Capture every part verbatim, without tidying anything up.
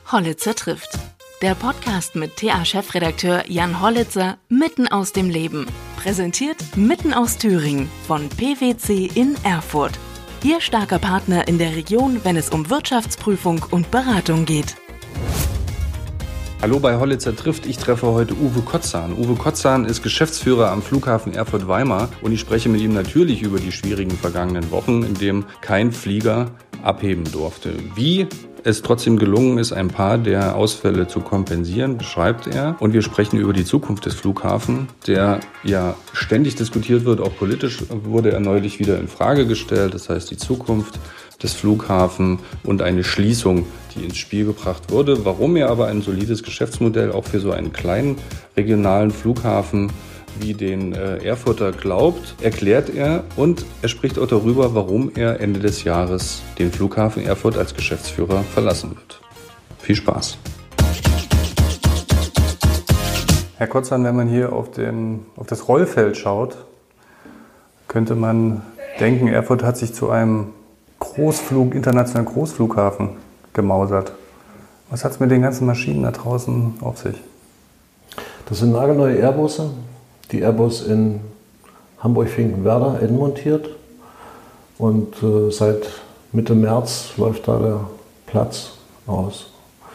Hollitzer trifft. Der Podcast mit T A-Chefredakteur Jan Hollitzer mitten aus dem Leben. Präsentiert mitten aus Thüringen von P W C in Erfurt. Ihr starker Partner in der Region, wenn es um Wirtschaftsprüfung und Beratung geht. Hallo bei Hollitzer trifft. Ich treffe heute Uwe Kotzahn. Uwe Kotzahn ist Geschäftsführer am Flughafen Erfurt-Weimar und ich spreche mit ihm natürlich über die schwierigen vergangenen Wochen, in denen kein Flieger abheben durfte. Wie es trotzdem gelungen ist, ein paar der Ausfälle zu kompensieren, beschreibt er. Und wir sprechen über die Zukunft des Flughafens, der ja ständig diskutiert wird, auch politisch wurde er neulich wieder in Frage gestellt. Das heißt, die Zukunft des Flughafens und eine Schließung, die ins Spiel gebracht wurde. Warum er aber ein solides Geschäftsmodell auch für so einen kleinen regionalen Flughafen wie den äh, Erfurter glaubt, erklärt er, und er spricht auch darüber, warum er Ende des Jahres den Flughafen Erfurt als Geschäftsführer verlassen wird. Viel Spaß! Herr Kotzahn, wenn man hier auf, den, auf das Rollfeld schaut, könnte man denken, Erfurt hat sich zu einem Großflug, internationalen Großflughafen gemausert. Was hat es mit den ganzen Maschinen da draußen auf sich? Das sind nagelneue Airbusse. Die Airbus in Hamburg-Finkenwerder endmontiert. Und äh, seit Mitte März läuft da der Platz aus.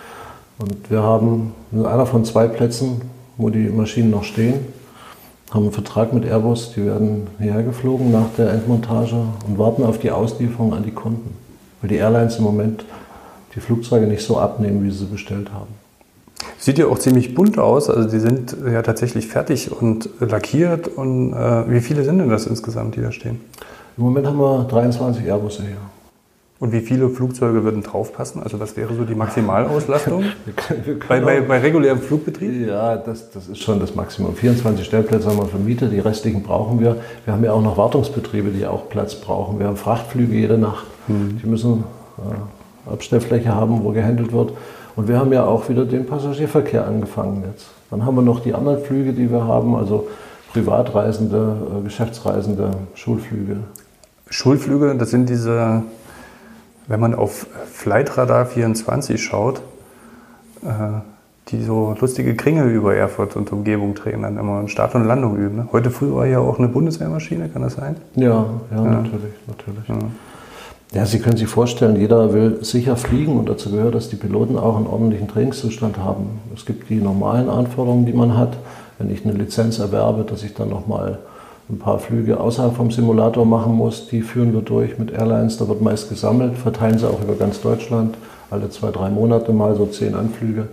Und wir haben einer von zwei Plätzen, wo die Maschinen noch stehen, haben einen Vertrag mit Airbus, die werden hierher geflogen nach der Endmontage und warten auf die Auslieferung an die Kunden. Weil die Airlines im Moment die Flugzeuge nicht so abnehmen, wie sie sie bestellt haben. Sieht ja auch ziemlich bunt aus, also die sind ja tatsächlich fertig und lackiert. Und äh, wie viele sind denn das insgesamt, die da stehen? Im Moment haben wir dreiundzwanzig Airbusse hier. Und wie viele Flugzeuge würden draufpassen? Also was wäre so die Maximalauslastung wir können, wir können bei, bei, bei regulärem Flugbetrieb? Ja, das, das ist schon das Maximum. vierundzwanzig Stellplätze haben wir vermietet, die restlichen brauchen wir. Wir haben ja auch noch Wartungsbetriebe, die auch Platz brauchen. Wir haben Frachtflüge jede Nacht. Hm. Die müssen äh, Abstellfläche haben, wo gehandelt wird. Und wir haben ja auch wieder den Passagierverkehr angefangen jetzt. Dann haben wir noch die anderen Flüge, die wir haben, also Privatreisende, äh, Geschäftsreisende, Schulflüge. Schulflüge, das sind diese... Wenn man auf Flightradar vierundzwanzig schaut, äh, die so lustige Kringel über Erfurt und Umgebung drehen, dann immer Start und Landung üben. Ne? Heute früh war ja auch eine Bundeswehrmaschine, kann das sein? Ja, ja, ja. natürlich, natürlich. Ja. Ja, Sie können sich vorstellen, jeder will sicher fliegen und dazu gehört, dass die Piloten auch einen ordentlichen Trainingszustand haben. Es gibt die normalen Anforderungen, die man hat. Wenn ich eine Lizenz erwerbe, dass ich dann nochmal ein paar Flüge außerhalb vom Simulator machen muss, die führen wir durch mit Airlines, da wird meist gesammelt, verteilen sie auch über ganz Deutschland, alle zwei, drei Monate mal so zehn Anflüge.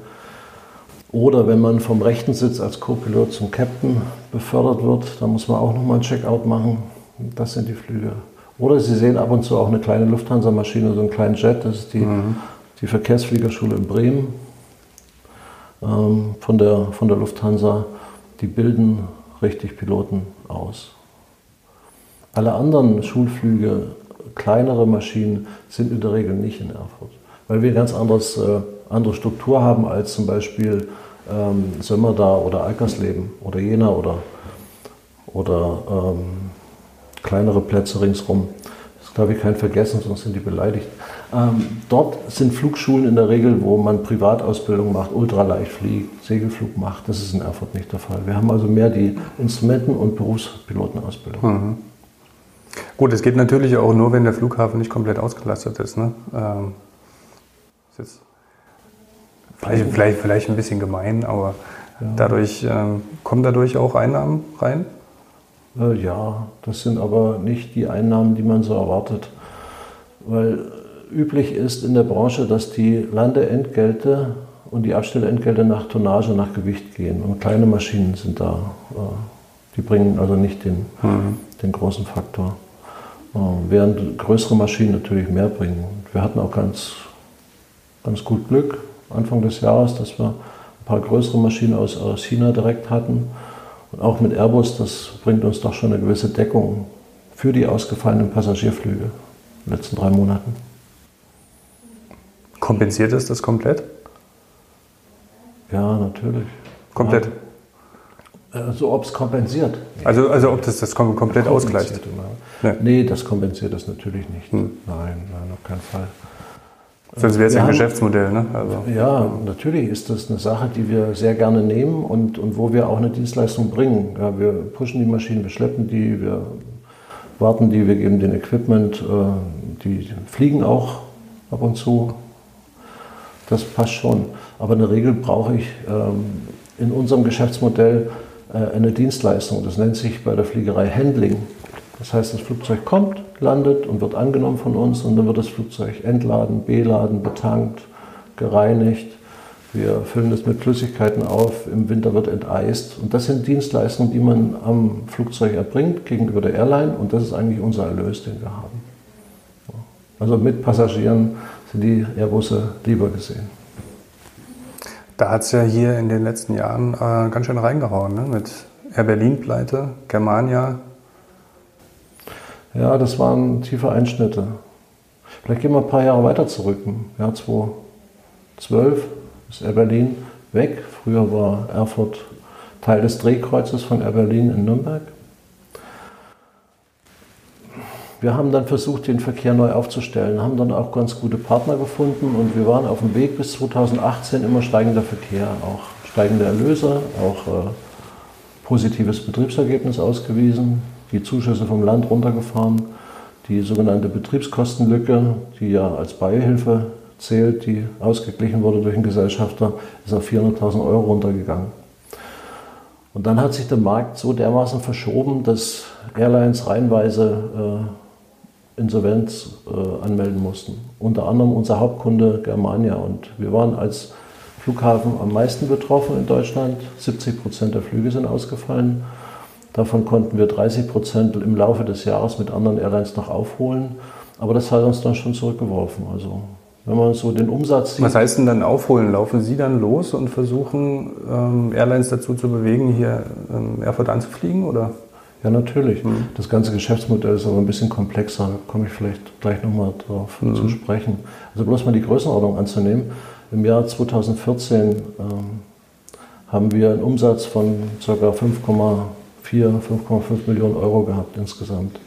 Oder wenn man vom rechten Sitz als Co-Pilot zum Captain befördert wird, dann muss man auch nochmal ein Checkout machen, das sind die Flüge. Oder Sie sehen ab und zu auch eine kleine Lufthansa-Maschine, so einen kleinen Jet, das ist die, mhm. die Verkehrsfliegerschule in Bremen ähm, von, der, von der Lufthansa, die bilden richtig Piloten aus. Alle anderen Schulflüge, kleinere Maschinen, sind in der Regel nicht in Erfurt, weil wir eine ganz anderes, äh, andere Struktur haben als zum Beispiel ähm, Sömmerda oder Alkersleben oder Jena oder, oder ähm, kleinere Plätze ringsrum. Das darf ich keinen vergessen, sonst sind die beleidigt. Ähm, dort sind Flugschulen in der Regel, wo man Privatausbildung macht, Ultraleicht fliegt, Segelflug macht. Das ist in Erfurt nicht der Fall. Wir haben also mehr die Instrumenten- und Berufspilotenausbildung. Mhm. Gut, es geht natürlich auch nur, wenn der Flughafen nicht komplett ausgelastet ist. Ne? Ähm, ist jetzt vielleicht, vielleicht, vielleicht ein bisschen gemein, aber ja. dadurch ähm, kommen dadurch auch Einnahmen rein? Äh, ja, das sind aber nicht die Einnahmen, die man so erwartet. Weil üblich ist in der Branche, dass die Landeentgelte und die Abstellentgelte nach Tonnage, nach Gewicht gehen. Und kleine Maschinen sind da, die bringen also nicht den, mhm. den großen Faktor. Während größere Maschinen natürlich mehr bringen. Wir hatten auch ganz, ganz gut Glück Anfang des Jahres, dass wir ein paar größere Maschinen aus, aus China direkt hatten. Und auch mit Airbus, das bringt uns doch schon eine gewisse Deckung für die ausgefallenen Passagierflüge in den letzten drei Monaten. Kompensiert es das komplett? Ja, natürlich. Komplett? Ja. Also ob es kompensiert. Also, also ob das das komplett ausgleicht? Nee. nee, das kompensiert das natürlich nicht. Hm. Nein, nein, auf keinen Fall. Sonst wäre es ja ein Geschäftsmodell, ne? Also, ja, natürlich ist das eine Sache, die wir sehr gerne nehmen und, und wo wir auch eine Dienstleistung bringen. Ja, wir pushen die Maschinen, wir schleppen die, wir warten die, wir geben den Equipment, äh, die fliegen auch ab und zu. Das passt schon. Aber in der Regel brauche ich ähm, in unserem Geschäftsmodell äh, eine Dienstleistung. Das nennt sich bei der Fliegerei Handling. Das heißt, das Flugzeug kommt, landet und wird angenommen von uns und dann wird das Flugzeug entladen, beladen, betankt, gereinigt. Wir füllen es mit Flüssigkeiten auf, im Winter wird enteist. Und das sind Dienstleistungen, die man am Flugzeug erbringt gegenüber der Airline und das ist eigentlich unser Erlös, den wir haben. Also mit Passagieren sind die Airbusse lieber gesehen. Da hat es ja hier in den letzten Jahren äh, ganz schön reingehauen, ne? Mit Air Berlin Pleite, Germania. Ja, das waren tiefe Einschnitte. Vielleicht gehen wir ein paar Jahre weiter zurück. Im Jahr zweitausendzwölf ist Air Berlin weg. Früher war Erfurt Teil des Drehkreuzes von Air Berlin in Nürnberg. Wir haben dann versucht, den Verkehr neu aufzustellen, haben dann auch ganz gute Partner gefunden und wir waren auf dem Weg bis zweitausendachtzehn immer steigender Verkehr, auch steigende Erlöse, auch äh, positives Betriebsergebnis ausgewiesen, die Zuschüsse vom Land runtergefahren, die sogenannte Betriebskostenlücke, die ja als Beihilfe zählt, die ausgeglichen wurde durch den Gesellschafter, ist auf vierhunderttausend Euro runtergegangen. Und dann hat sich der Markt so dermaßen verschoben, dass Airlines reihenweise äh, Insolvenz äh, anmelden mussten. Unter anderem unser Hauptkunde Germania. Und wir waren als Flughafen am meisten betroffen in Deutschland. siebzig Prozent der Flüge sind ausgefallen. Davon konnten wir dreißig Prozent im Laufe des Jahres mit anderen Airlines noch aufholen. Aber das hat uns dann schon zurückgeworfen. Also wenn man so den Umsatz sieht. Was heißt denn dann aufholen? Laufen Sie dann los und versuchen, ähm, Airlines dazu zu bewegen, hier ähm, Erfurt anzufliegen, oder? Ja, natürlich. Mhm. Das ganze Geschäftsmodell ist aber ein bisschen komplexer. Da komme ich vielleicht gleich nochmal drauf mhm. zu sprechen. Also bloß mal die Größenordnung anzunehmen. Im Jahr zweitausendvierzehn ähm, haben wir einen Umsatz von ca. fünf Komma vier, fünf Komma fünf Millionen Euro gehabt insgesamt.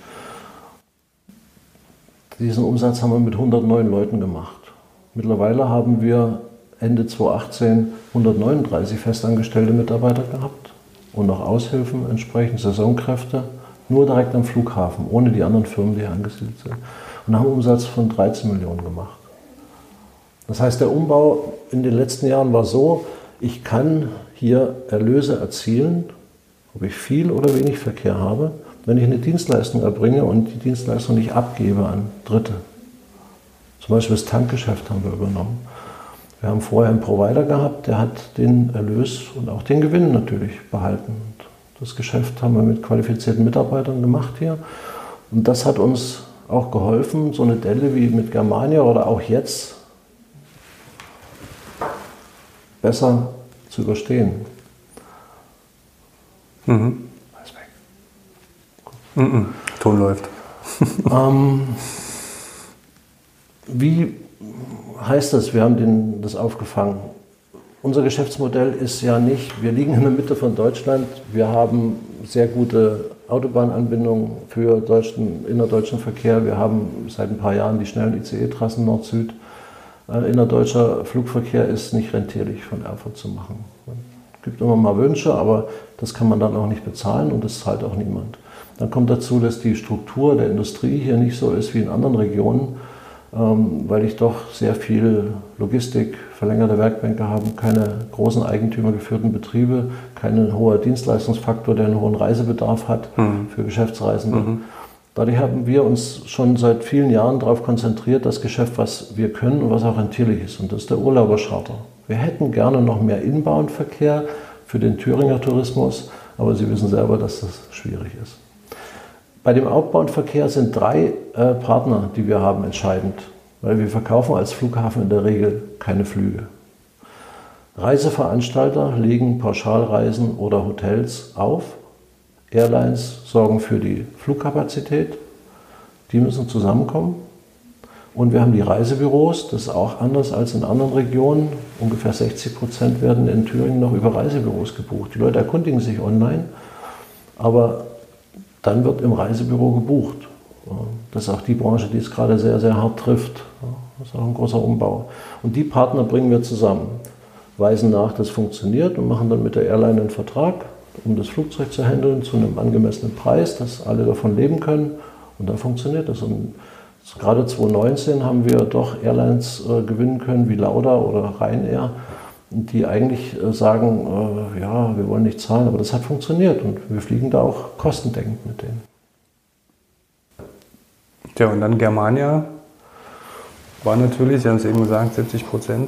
Diesen Umsatz haben wir mit hundertneun Leuten gemacht. Mittlerweile haben wir Ende zweitausendachtzehn hundertneununddreißig festangestellte Mitarbeiter gehabt und noch Aushilfen, entsprechend Saisonkräfte, nur direkt am Flughafen, ohne die anderen Firmen, die hier angesiedelt sind. Und haben einen Umsatz von dreizehn Millionen gemacht. Das heißt, der Umbau in den letzten Jahren war so, ich kann hier Erlöse erzielen, ob ich viel oder wenig Verkehr habe, wenn ich eine Dienstleistung erbringe und die Dienstleistung nicht abgebe an Dritte. Zum Beispiel das Tankgeschäft haben wir übernommen. Wir haben vorher einen Provider gehabt, der hat den Erlös und auch den Gewinn natürlich behalten. Und das Geschäft haben wir mit qualifizierten Mitarbeitern gemacht hier. Und das hat uns auch geholfen, so eine Delle wie mit Germania oder auch jetzt besser zu überstehen. Mhm. Alles weg. Mhm. Ton läuft. ähm, wie heißt das, wir haben den, das aufgefangen? Unser Geschäftsmodell ist ja nicht, wir liegen in der Mitte von Deutschland, wir haben sehr gute Autobahnanbindungen für deutschen, innerdeutschen Verkehr, wir haben seit ein paar Jahren die schnellen I C E-Trassen Nord-Süd. Innerdeutscher Flugverkehr ist nicht rentierlich von Erfurt zu machen. Es gibt immer mal Wünsche, aber das kann man dann auch nicht bezahlen und das zahlt auch niemand. Dann kommt dazu, dass die Struktur der Industrie hier nicht so ist wie in anderen Regionen, weil ich doch sehr viel Logistik, verlängerte Werkbänke habe, keine großen eigentümergeführten Betriebe, keinen hohen Dienstleistungsfaktor, der einen hohen Reisebedarf hat mhm. für Geschäftsreisende. Mhm. Dadurch haben wir uns schon seit vielen Jahren darauf konzentriert, das Geschäft, was wir können und was auch rentierlich ist, und das ist der Urlaubercharter. Wir hätten gerne noch mehr Inbound-Verkehr für den Thüringer Tourismus, aber Sie wissen selber, dass das schwierig ist. Bei dem Outbound-Verkehr sind drei äh, Partner, die wir haben, entscheidend, weil wir verkaufen als Flughafen in der Regel keine Flüge. Reiseveranstalter legen Pauschalreisen oder Hotels auf. Airlines sorgen für die Flugkapazität. Die müssen zusammenkommen. Und wir haben die Reisebüros, das ist auch anders als in anderen Regionen. Ungefähr sechzig Prozent werden in Thüringen noch über Reisebüros gebucht. Die Leute erkundigen sich online, aber dann wird im Reisebüro gebucht. Das ist auch die Branche, die es gerade sehr, sehr hart trifft. Das ist auch ein großer Umbau. Und die Partner bringen wir zusammen, weisen nach, dass es funktioniert und machen dann mit der Airline einen Vertrag, um das Flugzeug zu handeln, zu einem angemessenen Preis, dass alle davon leben können. Und dann funktioniert das. Und gerade zwanzig neunzehn haben wir doch Airlines äh, gewinnen können, wie Lauda oder Ryanair, die eigentlich äh, sagen, äh, ja, wir wollen nicht zahlen, aber das hat funktioniert und wir fliegen da auch kostendeckend mit denen. Tja, und dann Germania war natürlich, Sie haben es eben gesagt, siebzig Prozent.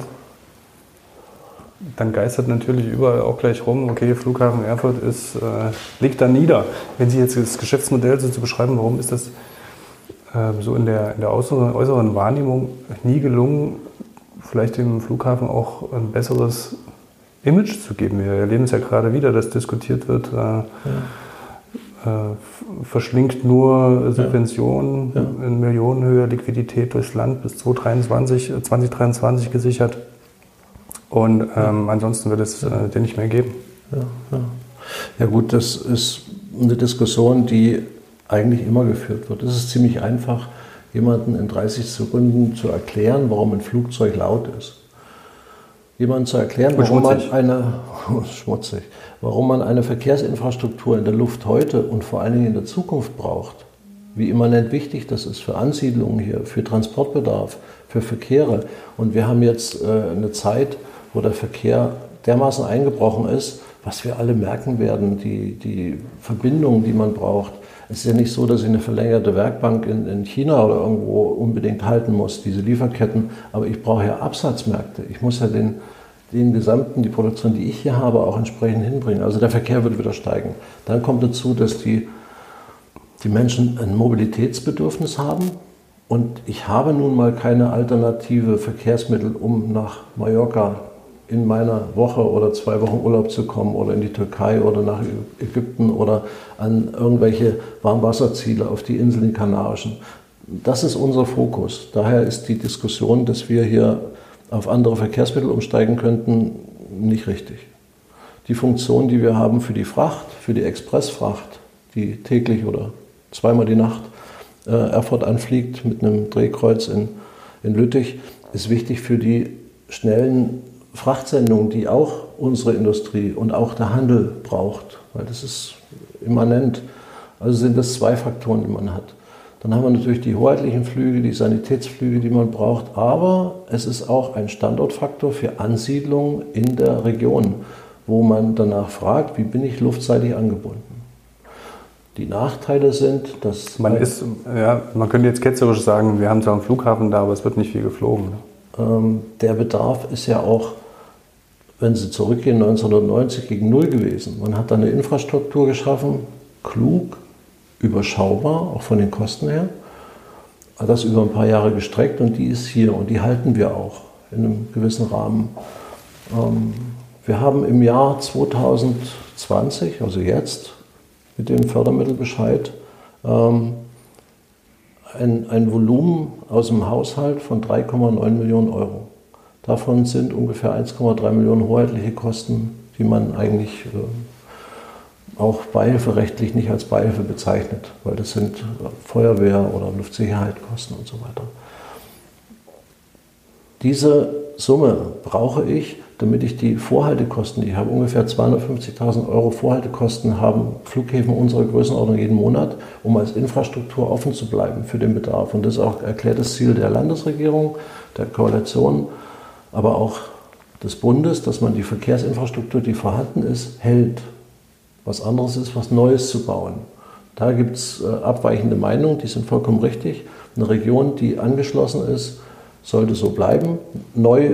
Dann geistert natürlich überall auch gleich rum, okay, Flughafen Erfurt ist, äh, liegt da nieder. Wenn Sie jetzt das Geschäftsmodell so zu beschreiben, warum ist das äh, so in der, in der äußeren, äußeren Wahrnehmung nie gelungen, vielleicht dem Flughafen auch ein besseres Image zu geben? Wir erleben es ja gerade wieder, dass diskutiert wird, äh, ja. äh, verschlingt nur Subventionen ja. Ja. in Millionenhöhe, Liquidität durchs Land bis zwanzig dreiundzwanzig gesichert. Und ähm, ansonsten wird es äh, den nicht mehr geben. Ja, ja. ja gut, das ist eine Diskussion, die eigentlich immer geführt wird. Es ist ziemlich einfach, jemanden in dreißig Sekunden zu erklären, warum ein Flugzeug laut ist. Jemanden zu erklären, warum man, eine, schmutzig, warum man eine Verkehrsinfrastruktur in der Luft heute und vor allen Dingen in der Zukunft braucht. Wie immanent wichtig das ist für Ansiedlungen hier, für Transportbedarf, für Verkehre. Und wir haben jetzt äh, eine Zeit, wo der Verkehr dermaßen eingebrochen ist, was wir alle merken werden, die, die Verbindungen, die man braucht. Es ist ja nicht so, dass ich eine verlängerte Werkbank in, in China oder irgendwo unbedingt halten muss, diese Lieferketten, aber ich brauche ja Absatzmärkte. Ich muss ja den, den gesamten, die Produktion, die ich hier habe, auch entsprechend hinbringen. Also der Verkehr wird wieder steigen. Dann kommt dazu, dass die, die Menschen ein Mobilitätsbedürfnis haben. Und ich habe nun mal keine alternative Verkehrsmittel, um nach Mallorca in meiner Woche oder zwei Wochen Urlaub zu kommen oder in die Türkei oder nach Ägypten oder an irgendwelche Warmwasserziele auf die Inseln, die Kanarischen. Das ist unser Fokus. Daher ist die Diskussion, dass wir hier auf andere Verkehrsmittel umsteigen könnten, nicht richtig. Die Funktion, die wir haben für die Fracht, für die Expressfracht, die täglich oder zweimal die Nacht äh, Erfurt anfliegt mit einem Drehkreuz in, in Lüttich, ist wichtig für die schnellen Frachtsendungen, die auch unsere Industrie und auch der Handel braucht, weil das ist immanent. Also sind das zwei Faktoren, die man hat. Dann haben wir natürlich die hoheitlichen Flüge, die Sanitätsflüge, die man braucht, aber es ist auch ein Standortfaktor für Ansiedlung in der Region, wo man danach fragt, wie bin ich luftseitig angebunden. Die Nachteile sind, dass... Man, ist, ja, man könnte jetzt ketzerisch sagen, wir haben zwar einen Flughafen da, aber es wird nicht viel geflogen. Ähm, der Bedarf ist ja auch, wenn Sie zurückgehen, neunzehnhundertneunzig gegen Null gewesen. Man hat da eine Infrastruktur geschaffen, klug, überschaubar, auch von den Kosten her, hat das über ein paar Jahre gestreckt und die ist hier und die halten wir auch in einem gewissen Rahmen. Ähm, wir haben im Jahr zweitausendzwanzig, also jetzt, mit dem Fördermittelbescheid, ähm, ein, ein Volumen aus dem Haushalt von drei Komma neun Millionen Euro. Davon sind ungefähr eins Komma drei Millionen hoheitliche Kosten, die man eigentlich äh, auch beihilferechtlich nicht als Beihilfe bezeichnet, weil das sind Feuerwehr- oder Luftsicherheitskosten und so weiter. Diese Summe brauche ich, damit ich die Vorhaltekosten, die ich habe, ungefähr zweihundertfünfzigtausend Euro Vorhaltekosten haben Flughäfen unserer Größenordnung jeden Monat, um als Infrastruktur offen zu bleiben für den Bedarf. Und das ist auch erklärtes Ziel der Landesregierung, der Koalition, aber auch des Bundes, dass man die Verkehrsinfrastruktur, die vorhanden ist, hält. Was anderes ist, was Neues zu bauen. Da gibt es äh, abweichende Meinungen, die sind vollkommen richtig. Eine Region, die angeschlossen ist, sollte so bleiben. Neu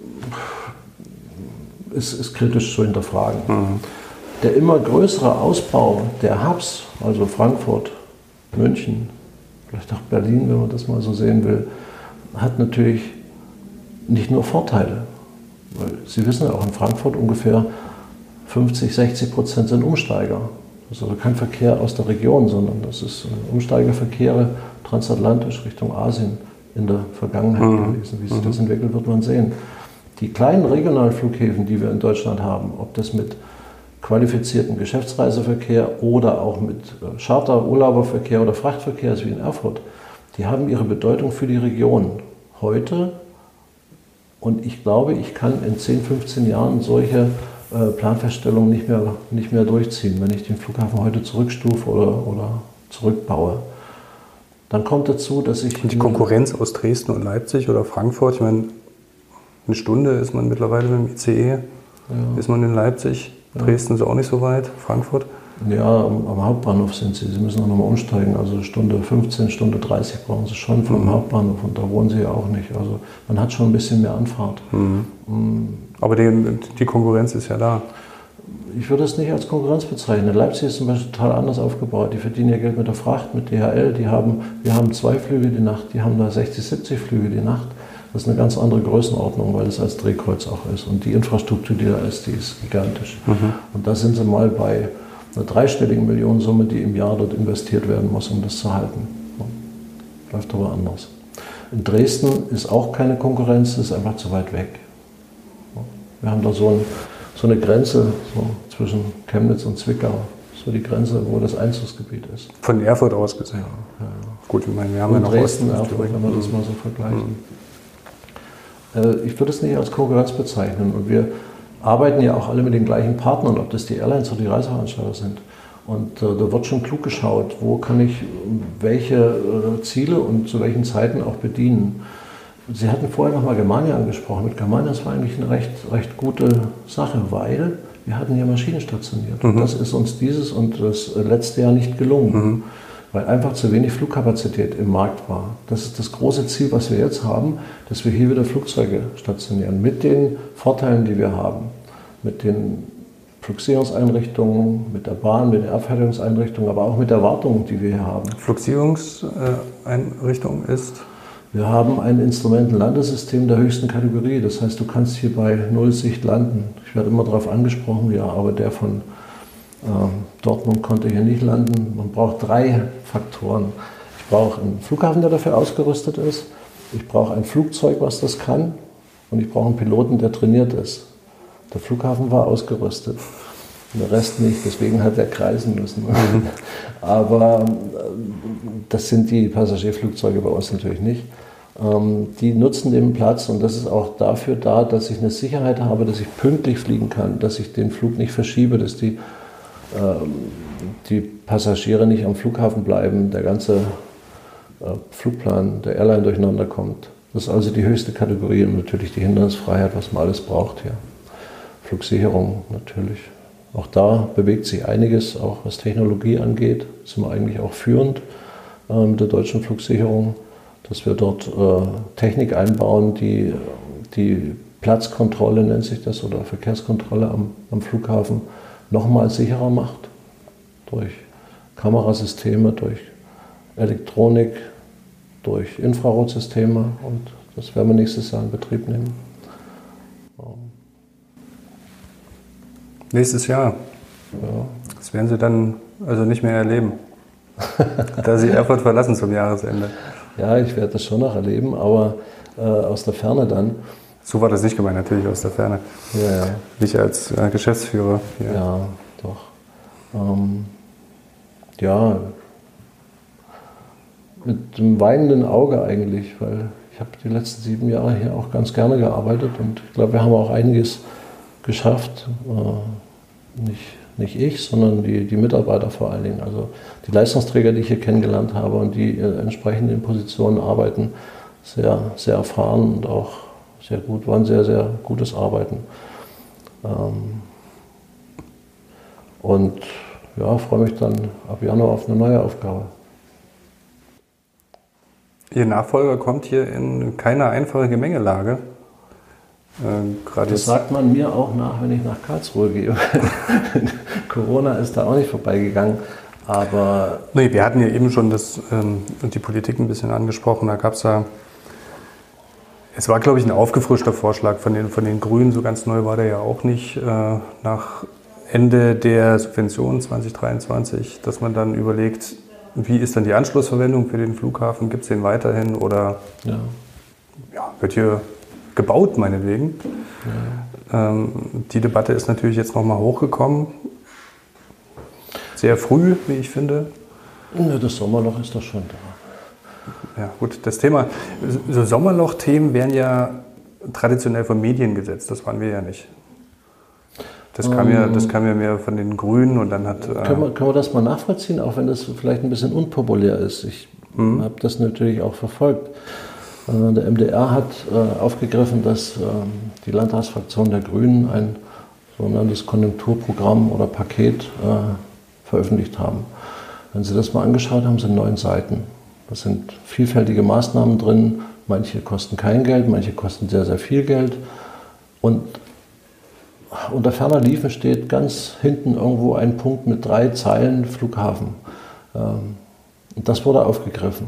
ist, ist kritisch zu hinterfragen. Mhm. Der immer größere Ausbau der Hubs, also Frankfurt, München, vielleicht auch Berlin, wenn man das mal so sehen will, hat natürlich nicht nur Vorteile. Weil Sie wissen ja auch, in Frankfurt ungefähr fünfzig, sechzig Prozent sind Umsteiger. Das ist also kein Verkehr aus der Region, sondern das ist Umsteigerverkehre transatlantisch Richtung Asien in der Vergangenheit mhm. gewesen. Wie sich das entwickelt, wird man sehen. Die kleinen regionalen Flughäfen, die wir in Deutschland haben, ob das mit qualifiziertem Geschäftsreiseverkehr oder auch mit Charter-, Urlauberverkehr oder Frachtverkehr ist wie in Erfurt, die haben ihre Bedeutung für die Region. heute. Und ich glaube, ich kann in zehn, fünfzehn Jahren solche äh, Planfeststellungen nicht mehr, nicht mehr durchziehen, wenn ich den Flughafen heute zurückstufe oder, oder zurückbaue. Dann kommt dazu, dass ich... Und die Konkurrenz aus Dresden und Leipzig oder Frankfurt, ich meine, eine Stunde ist man mittlerweile mit dem I C E, ja. Ist man in Leipzig, ja. Dresden ist auch nicht so weit, Frankfurt. Ja, am, am Hauptbahnhof sind sie. Sie müssen auch nochmal umsteigen. Also Stunde fünfzehn, Stunde dreißig brauchen sie schon vom mhm. Hauptbahnhof. Und da wohnen sie ja auch nicht. Also man hat schon ein bisschen mehr Anfahrt. Mhm. Mhm. Aber die, die Konkurrenz ist ja da. Ich würde es nicht als Konkurrenz bezeichnen. Leipzig ist zum Beispiel total anders aufgebaut. Die verdienen ja Geld mit der Fracht, mit D H L. Die haben, wir haben zwei Flüge die Nacht. Die haben da sechzig, siebzig Flüge die Nacht. Das ist eine ganz andere Größenordnung, weil es als Drehkreuz auch ist. Und die Infrastruktur, die da ist, die ist gigantisch. Mhm. Und da sind sie mal bei einer dreistelligen Millionensumme, die im Jahr dort investiert werden muss, um das zu halten. Läuft aber anders. In Dresden ist auch keine Konkurrenz, das ist einfach zu weit weg. Wir haben da so, ein, so eine Grenze so zwischen Chemnitz und Zwickau, so die Grenze, wo das Einzugsgebiet ist. Von Erfurt aus gesehen? Ja, ja. Gut, ich meine, wir haben und ja noch Dresden, Erfurt, wenn man das mal so vergleichen. Mhm. Ich würde es nicht als Konkurrenz bezeichnen. Und wir arbeiten ja auch alle mit den gleichen Partnern, ob das die Airlines oder die Reiseveranstalter sind. Und äh, da wird schon klug geschaut, wo kann ich welche äh, Ziele und zu welchen Zeiten auch bedienen. Sie hatten vorher nochmal Germania angesprochen. Mit Germania, das war eigentlich eine recht, recht gute Sache, weil wir hatten ja Maschinen stationiert. Mhm. Und das ist uns dieses und das letzte Jahr nicht gelungen, mhm. weil einfach zu wenig Flugkapazität im Markt war. Das ist das große Ziel, was wir jetzt haben, dass wir hier wieder Flugzeuge stationieren, mit den Vorteilen, die wir haben, mit den Flugsicherungseinrichtungen, mit der Bahn, mit den Abfertigungseinrichtungen, aber auch mit der Wartung, die wir hier haben. Flugsicherungseinrichtung ist? Wir haben ein Instrumentenlandesystem der höchsten Kategorie. Das heißt, du kannst hier bei Nullsicht landen. Ich werde immer darauf angesprochen, ja, aber der von ähm, Dortmund konnte hier nicht landen. Man braucht drei Faktoren. Ich brauche einen Flughafen, der dafür ausgerüstet ist. Ich brauche ein Flugzeug, was das kann. Und ich brauche einen Piloten, der trainiert ist. Der Flughafen war ausgerüstet. Der Rest nicht, deswegen hat er kreisen müssen. Mhm. Aber das sind die Passagierflugzeuge bei uns natürlich nicht. Die nutzen den Platz und das ist auch dafür da, dass ich eine Sicherheit habe, dass ich pünktlich fliegen kann, dass ich den Flug nicht verschiebe, dass die, die Passagiere nicht am Flughafen bleiben, der ganze Flugplan der Airline durcheinander kommt. Das ist also die höchste Kategorie und natürlich die Hindernisfreiheit, was man alles braucht hier. Flugsicherung natürlich. Auch da bewegt sich einiges, auch was Technologie angeht. Sind wir eigentlich auch führend äh, mit der deutschen Flugsicherung, dass wir dort äh, Technik einbauen, die die Platzkontrolle, nennt sich das, oder Verkehrskontrolle am, am Flughafen nochmal sicherer macht. Durch Kamerasysteme, durch Elektronik, durch Infrarotsysteme und das werden wir nächstes Jahr in Betrieb nehmen. Nächstes Jahr. Ja. Das werden Sie dann also nicht mehr erleben, da Sie Erfurt verlassen zum Jahresende. Ja, ich werde das schon noch erleben, aber äh, aus der Ferne dann. So war das nicht gemeint, natürlich aus der Ferne. Ja, ja. Nicht als äh, Geschäftsführer. Ja, ja doch. Ähm, ja, mit einem weinenden Auge eigentlich, weil ich habe die letzten sieben Jahre hier auch ganz gerne gearbeitet und ich glaube, wir haben auch einiges geschafft, äh, nicht, nicht ich, sondern die, die Mitarbeiter vor allen Dingen. Also die Leistungsträger, die ich hier kennengelernt habe und die äh, entsprechend in Positionen arbeiten, sehr, sehr erfahren und auch sehr gut, waren sehr, sehr gutes Arbeiten. Ähm, und ja, freue mich dann ab Januar auf eine neue Aufgabe. Ihr Nachfolger kommt hier in keine einfache Gemengelage. Äh, das jetzt sagt man mir auch nach, wenn ich nach Karlsruhe gehe. Corona ist da auch nicht vorbeigegangen. Aber nee, wir hatten ja eben schon das, ähm, die Politik ein bisschen angesprochen. Da gab es ja, es war glaube ich ein aufgefrischter Vorschlag von den, von den Grünen, so ganz neu war der ja auch nicht, äh, nach Ende der Subvention zwanzig dreiundzwanzig, dass man dann überlegt, wie ist dann die Anschlussverwendung für den Flughafen, gibt es den weiterhin oder ja. Ja, wird hier gebaut meinetwegen. Ja. Ähm, die Debatte ist natürlich jetzt nochmal hochgekommen. Sehr früh, wie ich finde. Ja, das Sommerloch ist doch schon da. Ja gut, das Thema, so Sommerloch-Themen werden ja traditionell von Medien gesetzt, das waren wir ja nicht. Das kam, um, ja, das kam ja mehr von den Grünen und dann hat... Können, äh, wir, können wir das mal nachvollziehen, auch wenn das vielleicht ein bisschen unpopulär ist? Ich mhm. habe das natürlich auch verfolgt. Äh, der M D R hat äh, aufgegriffen, dass äh, die Landtagsfraktion der Grünen ein sogenanntes Konjunkturprogramm oder Paket äh, veröffentlicht haben. Wenn Sie das mal angeschaut haben, sind neun Seiten. Da sind vielfältige Maßnahmen drin. Manche kosten kein Geld, manche kosten sehr, sehr viel Geld. Und unter ferner Liefen steht ganz hinten irgendwo ein Punkt mit drei Zeilen Flughafen. Und das wurde aufgegriffen.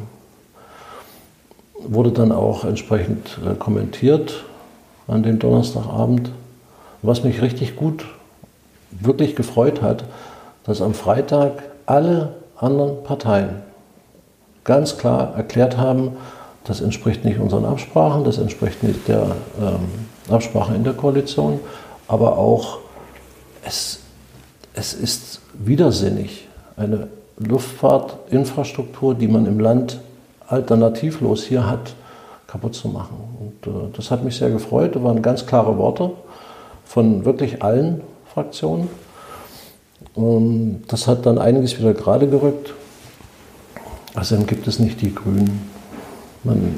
Wurde dann auch entsprechend kommentiert an dem Donnerstagabend. Was mich richtig gut, wirklich gefreut hat, dass am Freitag alle anderen Parteien ganz klar erklärt haben, das entspricht nicht unseren Absprachen, das entspricht nicht der ähm, Absprache in der Koalition, aber auch es, es ist widersinnig, eine Luftfahrtinfrastruktur, die man im Land alternativlos hier hat, kaputt zu machen. Und äh, das hat mich sehr gefreut, da waren ganz klare Worte von wirklich allen Fraktionen. Und das hat dann einiges wieder gerade gerückt. Also dann gibt es nicht die Grünen. Man,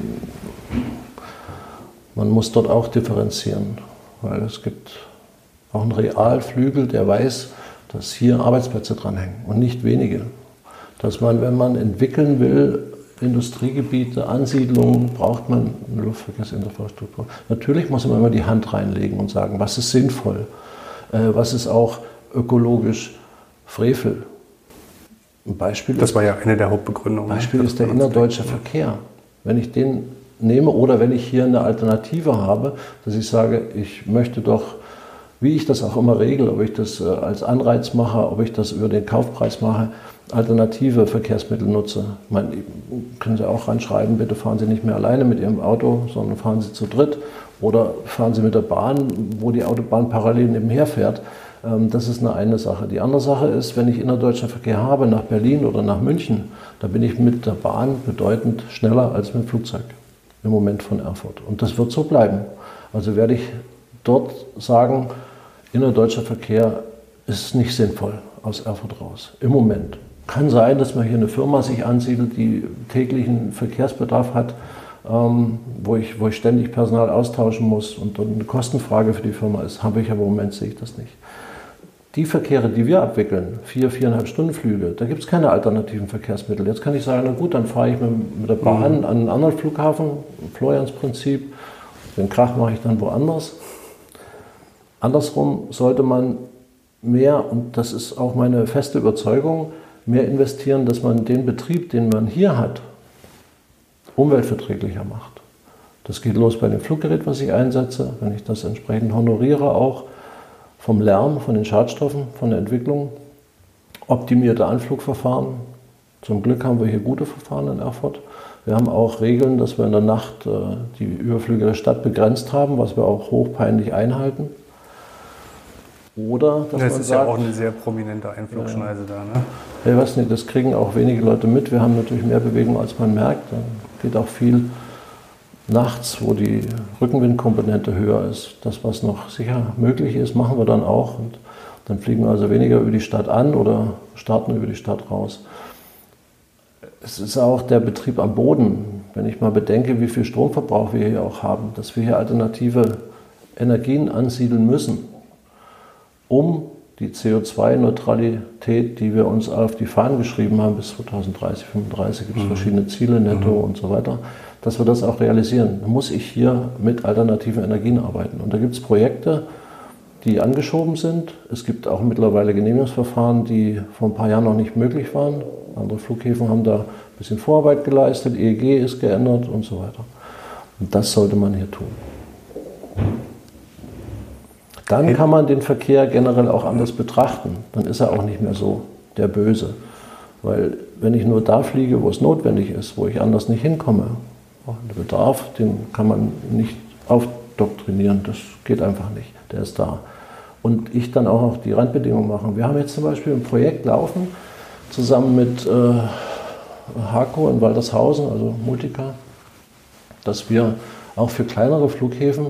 man muss dort auch differenzieren, weil es gibt auch einen Realflügel, der weiß, dass hier Arbeitsplätze dranhängen und nicht wenige. Dass man, wenn man entwickeln will, Industriegebiete, Ansiedlungen, braucht man eine Luftverkehrsinfrastruktur. Natürlich muss man immer die Hand reinlegen und sagen, was ist sinnvoll, äh, was ist auch ökologisch Frevel. Ein Beispiel das ist, war ja eine der Hauptbegründungen. Beispiel ist der innerdeutsche Verkehr. Wenn ich den nehme oder wenn ich hier eine Alternative habe, dass ich sage, ich möchte doch, wie ich das auch immer regle, ob ich das als Anreiz mache, ob ich das über den Kaufpreis mache, alternative Verkehrsmittel nutze. Ich meine, können Sie auch reinschreiben, bitte fahren Sie nicht mehr alleine mit Ihrem Auto, sondern fahren Sie zu dritt oder fahren Sie mit der Bahn, wo die Autobahn parallel nebenher fährt. Das ist eine eine Sache. Die andere Sache ist, wenn ich innerdeutschen Verkehr habe, nach Berlin oder nach München, da bin ich mit der Bahn bedeutend schneller als mit dem Flugzeug im Moment von Erfurt. Und das wird so bleiben. Also werde ich dort sagen, innerdeutscher Verkehr ist nicht sinnvoll aus Erfurt raus, im Moment. Kann sein, dass man hier eine Firma sich ansiedelt, die täglichen Verkehrsbedarf hat, ähm, wo, ich, wo ich ständig Personal austauschen muss und dann eine Kostenfrage für die Firma ist. Habe ich aber im Moment, sehe ich das nicht. Die Verkehre, die wir abwickeln, vier, viereinhalb Stunden Flüge, da gibt es keine alternativen Verkehrsmittel. Jetzt kann ich sagen, na gut, dann fahre ich mit, mit der Bahn mhm. an einen anderen Flughafen, Floriansprinzip, den Krach mache ich dann woanders. Andersrum sollte man mehr, und das ist auch meine feste Überzeugung, mehr investieren, dass man den Betrieb, den man hier hat, umweltverträglicher macht. Das geht los bei dem Fluggerät, was ich einsetze, wenn ich das entsprechend honoriere, auch vom Lärm, von den Schadstoffen, von der Entwicklung, optimierte Anflugverfahren. Zum Glück haben wir hier gute Verfahren in Erfurt. Wir haben auch Regeln, dass wir in der Nacht äh, die Überflüge der Stadt begrenzt haben, was wir auch hochpeinlich einhalten. Oder, dass das man ist sagt, ja auch eine sehr prominente Einflugschneise ja. da, ne? Ich weiß nicht, das kriegen auch wenige Leute mit. Wir haben natürlich mehr Bewegung, als man merkt. Da geht auch viel nachts, wo die Rückenwindkomponente höher ist. Das, was noch sicher möglich ist, machen wir dann auch. Und dann fliegen wir also weniger über die Stadt an oder starten über die Stadt raus. Es ist auch der Betrieb am Boden. Wenn ich mal bedenke, wie viel Stromverbrauch wir hier auch haben, dass wir hier alternative Energien ansiedeln müssen, um die C O zwei Neutralität, die wir uns auf die Fahnen geschrieben haben, bis zweitausenddreißig, fünfunddreißig gibt es mhm. verschiedene Ziele, netto mhm. und so weiter, dass wir das auch realisieren. Da muss ich hier mit alternativen Energien arbeiten. Und da gibt es Projekte, die angeschoben sind. Es gibt auch mittlerweile Genehmigungsverfahren, die vor ein paar Jahren noch nicht möglich waren. Andere Flughäfen haben da ein bisschen Vorarbeit geleistet, E E G ist geändert und so weiter. Und das sollte man hier tun. Dann kann man den Verkehr generell auch anders betrachten. Dann ist er auch nicht mehr so der Böse. Weil wenn ich nur da fliege, wo es notwendig ist, wo ich anders nicht hinkomme, der Bedarf, den kann man nicht aufdoktrinieren, das geht einfach nicht, der ist da. Und ich dann auch noch die Randbedingungen machen. Wir haben jetzt zum Beispiel ein Projekt laufen, zusammen mit äh, Haco in Waltershausen, also Multica, dass wir auch für kleinere Flughäfen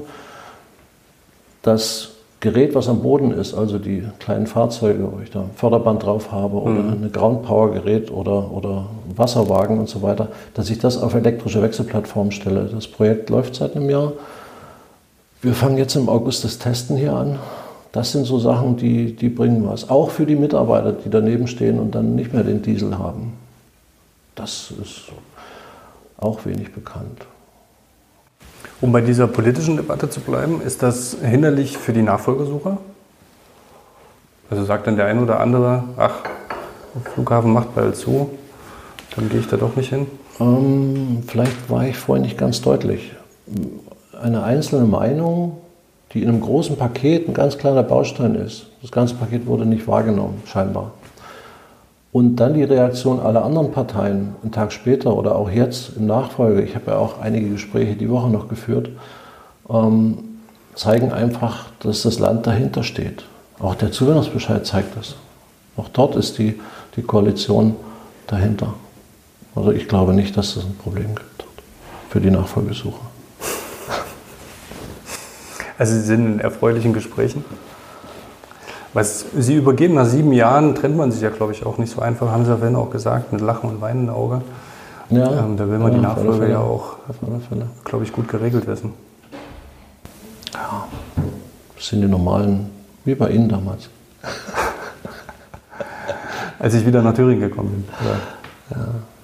das Gerät, was am Boden ist, also die kleinen Fahrzeuge, wo ich da ein Förderband drauf habe oder mhm. ein Ground-Power-Gerät oder, oder Wasserwagen und so weiter, dass ich das auf elektrische Wechselplattformen stelle. Das Projekt läuft seit einem Jahr. Wir fangen jetzt im August das Testen hier an. Das sind so Sachen, die, die bringen was. Auch für die Mitarbeiter, die daneben stehen und dann nicht mehr den Diesel haben. Das ist auch wenig bekannt. Um bei dieser politischen Debatte zu bleiben, ist das hinderlich für die Nachfolgesucher? Also sagt dann der eine oder andere, ach, der Flughafen macht bald zu, dann gehe ich da doch nicht hin? Ähm, vielleicht war ich vorhin nicht ganz deutlich. Eine einzelne Meinung, die in einem großen Paket ein ganz kleiner Baustein ist. Das ganze Paket wurde nicht wahrgenommen, scheinbar. Und dann die Reaktion aller anderen Parteien, einen Tag später oder auch jetzt in Nachfolge, ich habe ja auch einige Gespräche die Woche noch geführt, ähm, zeigen einfach, dass das Land dahinter steht. Auch der Zuwanderungsbescheid zeigt das. Auch dort ist die, die Koalition dahinter. Also ich glaube nicht, dass es ein Problem gibt für die Nachfolgesucher. Also Sie sind in erfreulichen Gesprächen? Was Sie übergeben, nach sieben Jahren trennt man sich ja, glaube ich, auch nicht so einfach, haben Sie ja vorhin auch gesagt, mit Lachen und Weinen im Auge. Ja, ähm, da will man ja, die Nachfolge ja auch, glaube ich, gut geregelt wissen. Ja, das sind die normalen, wie bei Ihnen damals. Als ich wieder nach Thüringen gekommen bin. Ja,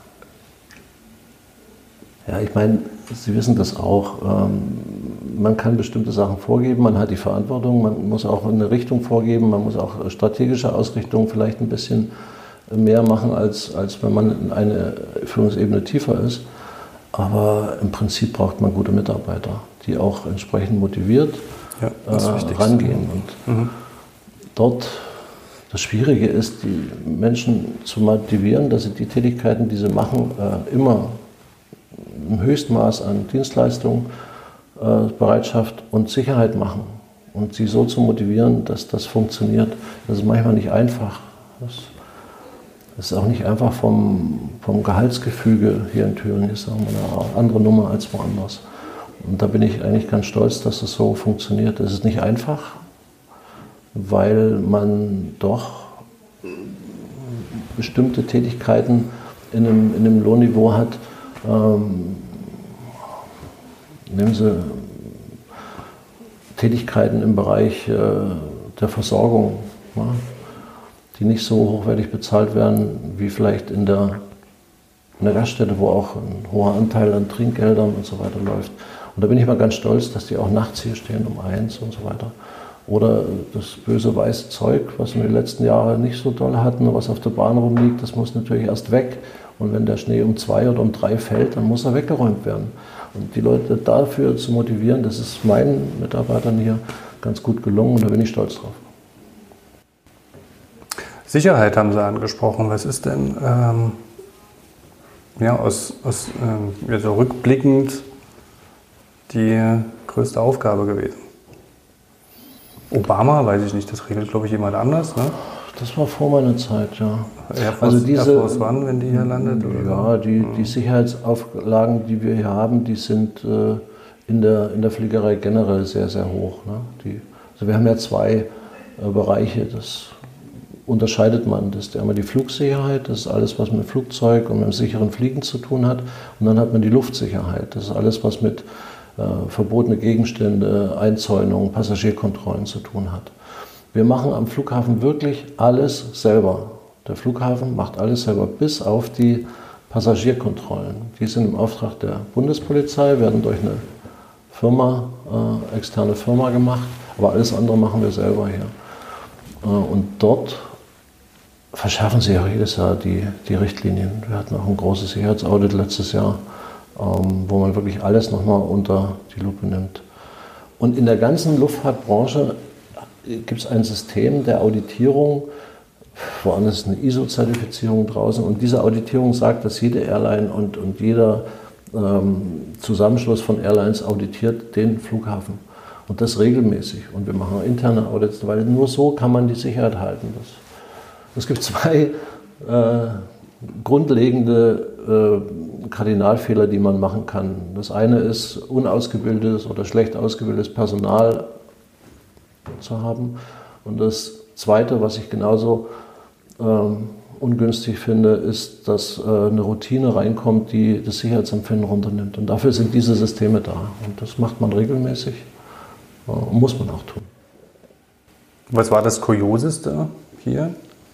ja. ja ich meine, Sie wissen das auch. Ähm, man kann bestimmte Sachen vorgeben, man hat die Verantwortung, man muss auch eine Richtung vorgeben, man muss auch strategische Ausrichtung vielleicht ein bisschen mehr machen, als, als wenn man eine Führungsebene tiefer ist. Aber im Prinzip braucht man gute Mitarbeiter, die auch entsprechend motiviert ja, das äh, rangehen. Und mhm. dort, das Schwierige ist, die Menschen zu motivieren, dass sie die Tätigkeiten, die sie machen, äh, immer im Höchstmaß an Dienstleistung, Bereitschaft und Sicherheit machen und sie so zu motivieren, dass das funktioniert. Das ist manchmal nicht einfach. Das ist auch nicht einfach vom, vom Gehaltsgefüge hier in Thüringen. Das ist auch eine andere Nummer als woanders. Und da bin ich eigentlich ganz stolz, dass es so funktioniert. Es ist nicht einfach, weil man doch bestimmte Tätigkeiten in einem, in einem Lohnniveau hat. Ähm, Nehmen Sie Tätigkeiten im Bereich äh, der Versorgung, ja, die nicht so hochwertig bezahlt werden wie vielleicht in der, in der Gaststätte, wo auch ein hoher Anteil an Trinkgeldern und so weiter läuft. Und da bin ich mal ganz stolz, dass die auch nachts hier stehen um eins und so weiter. Oder das böse weiße Zeug, was wir die letzten Jahre nicht so doll hatten, was auf der Bahn rumliegt, das muss natürlich erst weg. Und wenn der Schnee um zwei oder um drei fällt, dann muss er weggeräumt werden. Und die Leute dafür zu motivieren, das ist meinen Mitarbeitern hier ganz gut gelungen und da bin ich stolz drauf. Sicherheit haben Sie angesprochen. Was ist denn ähm, ja, aus, aus ähm, also rückblickend die größte Aufgabe gewesen? Obama, weiß ich nicht, das regelt, glaube ich, jemand anders, ne? Das war vor meiner Zeit, ja. Air Force, also diese, Air Force One, wenn die hier landet? Oder ja, die, die Sicherheitsauflagen, die wir hier haben, die sind äh, in, der, in der Fliegerei generell sehr, sehr hoch. Ne? Die, also wir haben ja zwei äh, Bereiche, das unterscheidet man. Das ist einmal die Flugsicherheit, das ist alles, was mit Flugzeug und mit dem sicheren Fliegen zu tun hat. Und dann hat man die Luftsicherheit, das ist alles, was mit äh, verbotene Gegenstände, Einzäunungen, Passagierkontrollen zu tun hat. Wir machen am Flughafen wirklich alles selber. Der Flughafen macht alles selber, bis auf die Passagierkontrollen. Die sind im Auftrag der Bundespolizei, werden durch eine Firma, äh, externe Firma gemacht, aber alles andere machen wir selber hier. Äh, und dort verschärfen sie auch jedes Jahr die, die Richtlinien. Wir hatten auch ein großes Sicherheitsaudit letztes Jahr, ähm, wo man wirklich alles nochmal unter die Lupe nimmt. Und in der ganzen Luftfahrtbranche gibt es ein System der Auditierung, woanders ist eine I S O-Zertifizierung draußen und diese Auditierung sagt, dass jede Airline und, und jeder ähm, Zusammenschluss von Airlines auditiert den Flughafen und das regelmäßig und wir machen interne Audits, weil nur so kann man die Sicherheit halten. Das, es gibt zwei äh, grundlegende äh, Kardinalfehler, die man machen kann. Das eine ist, unausgebildetes oder schlecht ausgebildetes Personal zu haben. Und das zweite, was ich genauso ähm, ungünstig finde, ist, dass äh, eine Routine reinkommt, die das Sicherheitsempfinden runternimmt. Und dafür sind diese Systeme da. Und das macht man regelmäßig äh, und muss man auch tun. Was war das Kurioseste hier?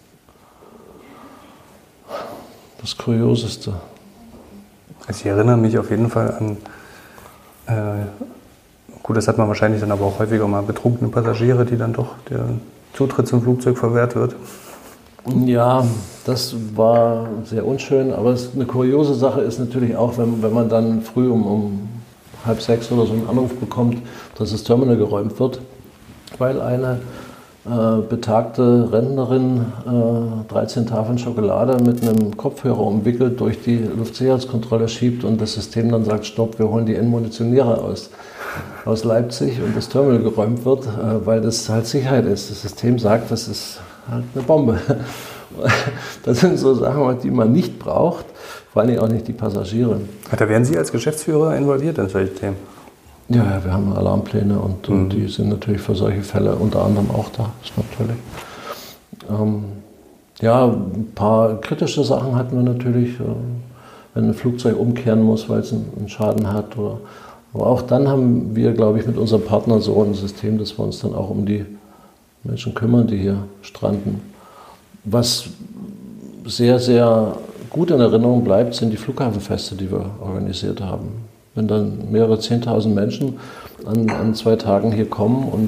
Das Kurioseste. Also ich erinnere mich auf jeden Fall an, äh, gut, das hat man wahrscheinlich dann aber auch häufiger mal, betrunkene Passagiere, die dann doch der Zutritt zum Flugzeug verwehrt wird. Ja, das war sehr unschön, aber es, eine kuriose Sache ist natürlich auch, wenn, wenn man dann früh um, um halb sechs oder so einen Anruf bekommt, dass das Terminal geräumt wird, weil eine äh, betagte Rentnerin äh, dreizehn Tafeln Schokolade mit einem Kopfhörer umwickelt durch die Luftsicherheitskontrolle schiebt und das System dann sagt, stopp, wir holen die Endmunitionierer aus, aus Leipzig und das Terminal geräumt wird, äh, weil das halt Sicherheit ist. Das System sagt, das ist halt eine Bombe. Das sind so Sachen, die man nicht braucht, vor allem auch nicht die Passagiere. Da wären Sie als Geschäftsführer involviert in solche Themen? Ja, ja, wir haben Alarmpläne und, mhm. und die sind natürlich für solche Fälle unter anderem auch da. Das ist natürlich. Ähm, ja, ein paar kritische Sachen hatten wir natürlich, äh, wenn ein Flugzeug umkehren muss, weil es einen, einen Schaden hat. Oder, aber auch dann haben wir, glaube ich, mit unserem Partner so ein System, dass wir uns dann auch um die Menschen kümmern, die hier stranden. Was sehr, sehr gut in Erinnerung bleibt, sind die Flughafenfeste, die wir organisiert haben. Wenn dann mehrere zehntausend Menschen an, an zwei Tagen hier kommen und,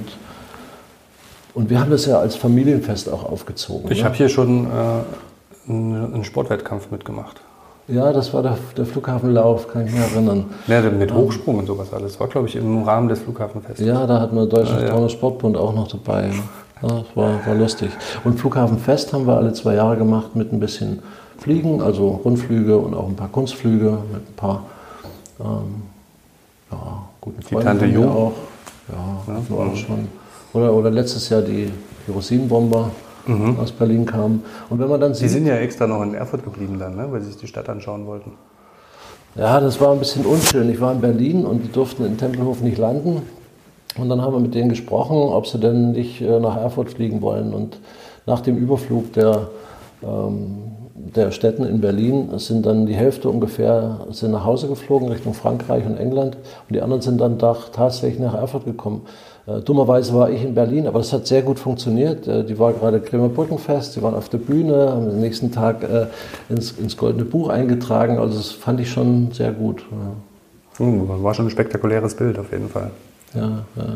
und wir haben das ja als Familienfest auch aufgezogen. Ich ne? habe hier schon äh, einen, einen Sportwettkampf mitgemacht. Ja, das war der, der Flughafenlauf, kann ich mich erinnern. Ja, mit Hochsprung und sowas alles. War, glaube ich, im Rahmen des Flughafenfestes. Ja, da hatten wir Deutschen ja, ja. Sportbund auch noch dabei. Ja, das war, war lustig. Und Flughafenfest haben wir alle zwei Jahre gemacht mit ein bisschen Fliegen, also Rundflüge und auch ein paar Kunstflüge mit ein paar ähm, ja, guten Freunden. Die Tante Ju auch. Ja, ja, war auch schon. Oder, oder letztes Jahr die, die Rosinenbomber mhm. aus Berlin kamen. Und wenn man dann sieht, die sind ja extra noch in Erfurt geblieben dann, ne? Weil sie sich die Stadt anschauen wollten. Ja, das war ein bisschen unschön. Ich war in Berlin und die durften in Tempelhof nicht landen. Und dann haben wir mit denen gesprochen, ob sie denn nicht nach Erfurt fliegen wollen. Und nach dem Überflug der, ähm, der Städten in Berlin sind dann die Hälfte ungefähr sind nach Hause geflogen, Richtung Frankreich und England. Und die anderen sind dann doch tatsächlich nach Erfurt gekommen. Äh, dummerweise war ich in Berlin, aber das hat sehr gut funktioniert. Äh, die war gerade Bremer Brückenfest, die waren auf der Bühne, haben den nächsten Tag äh, ins, ins Goldene Buch eingetragen. Also das fand ich schon sehr gut. Ja. Uh, war schon ein spektakuläres Bild auf jeden Fall. Ja,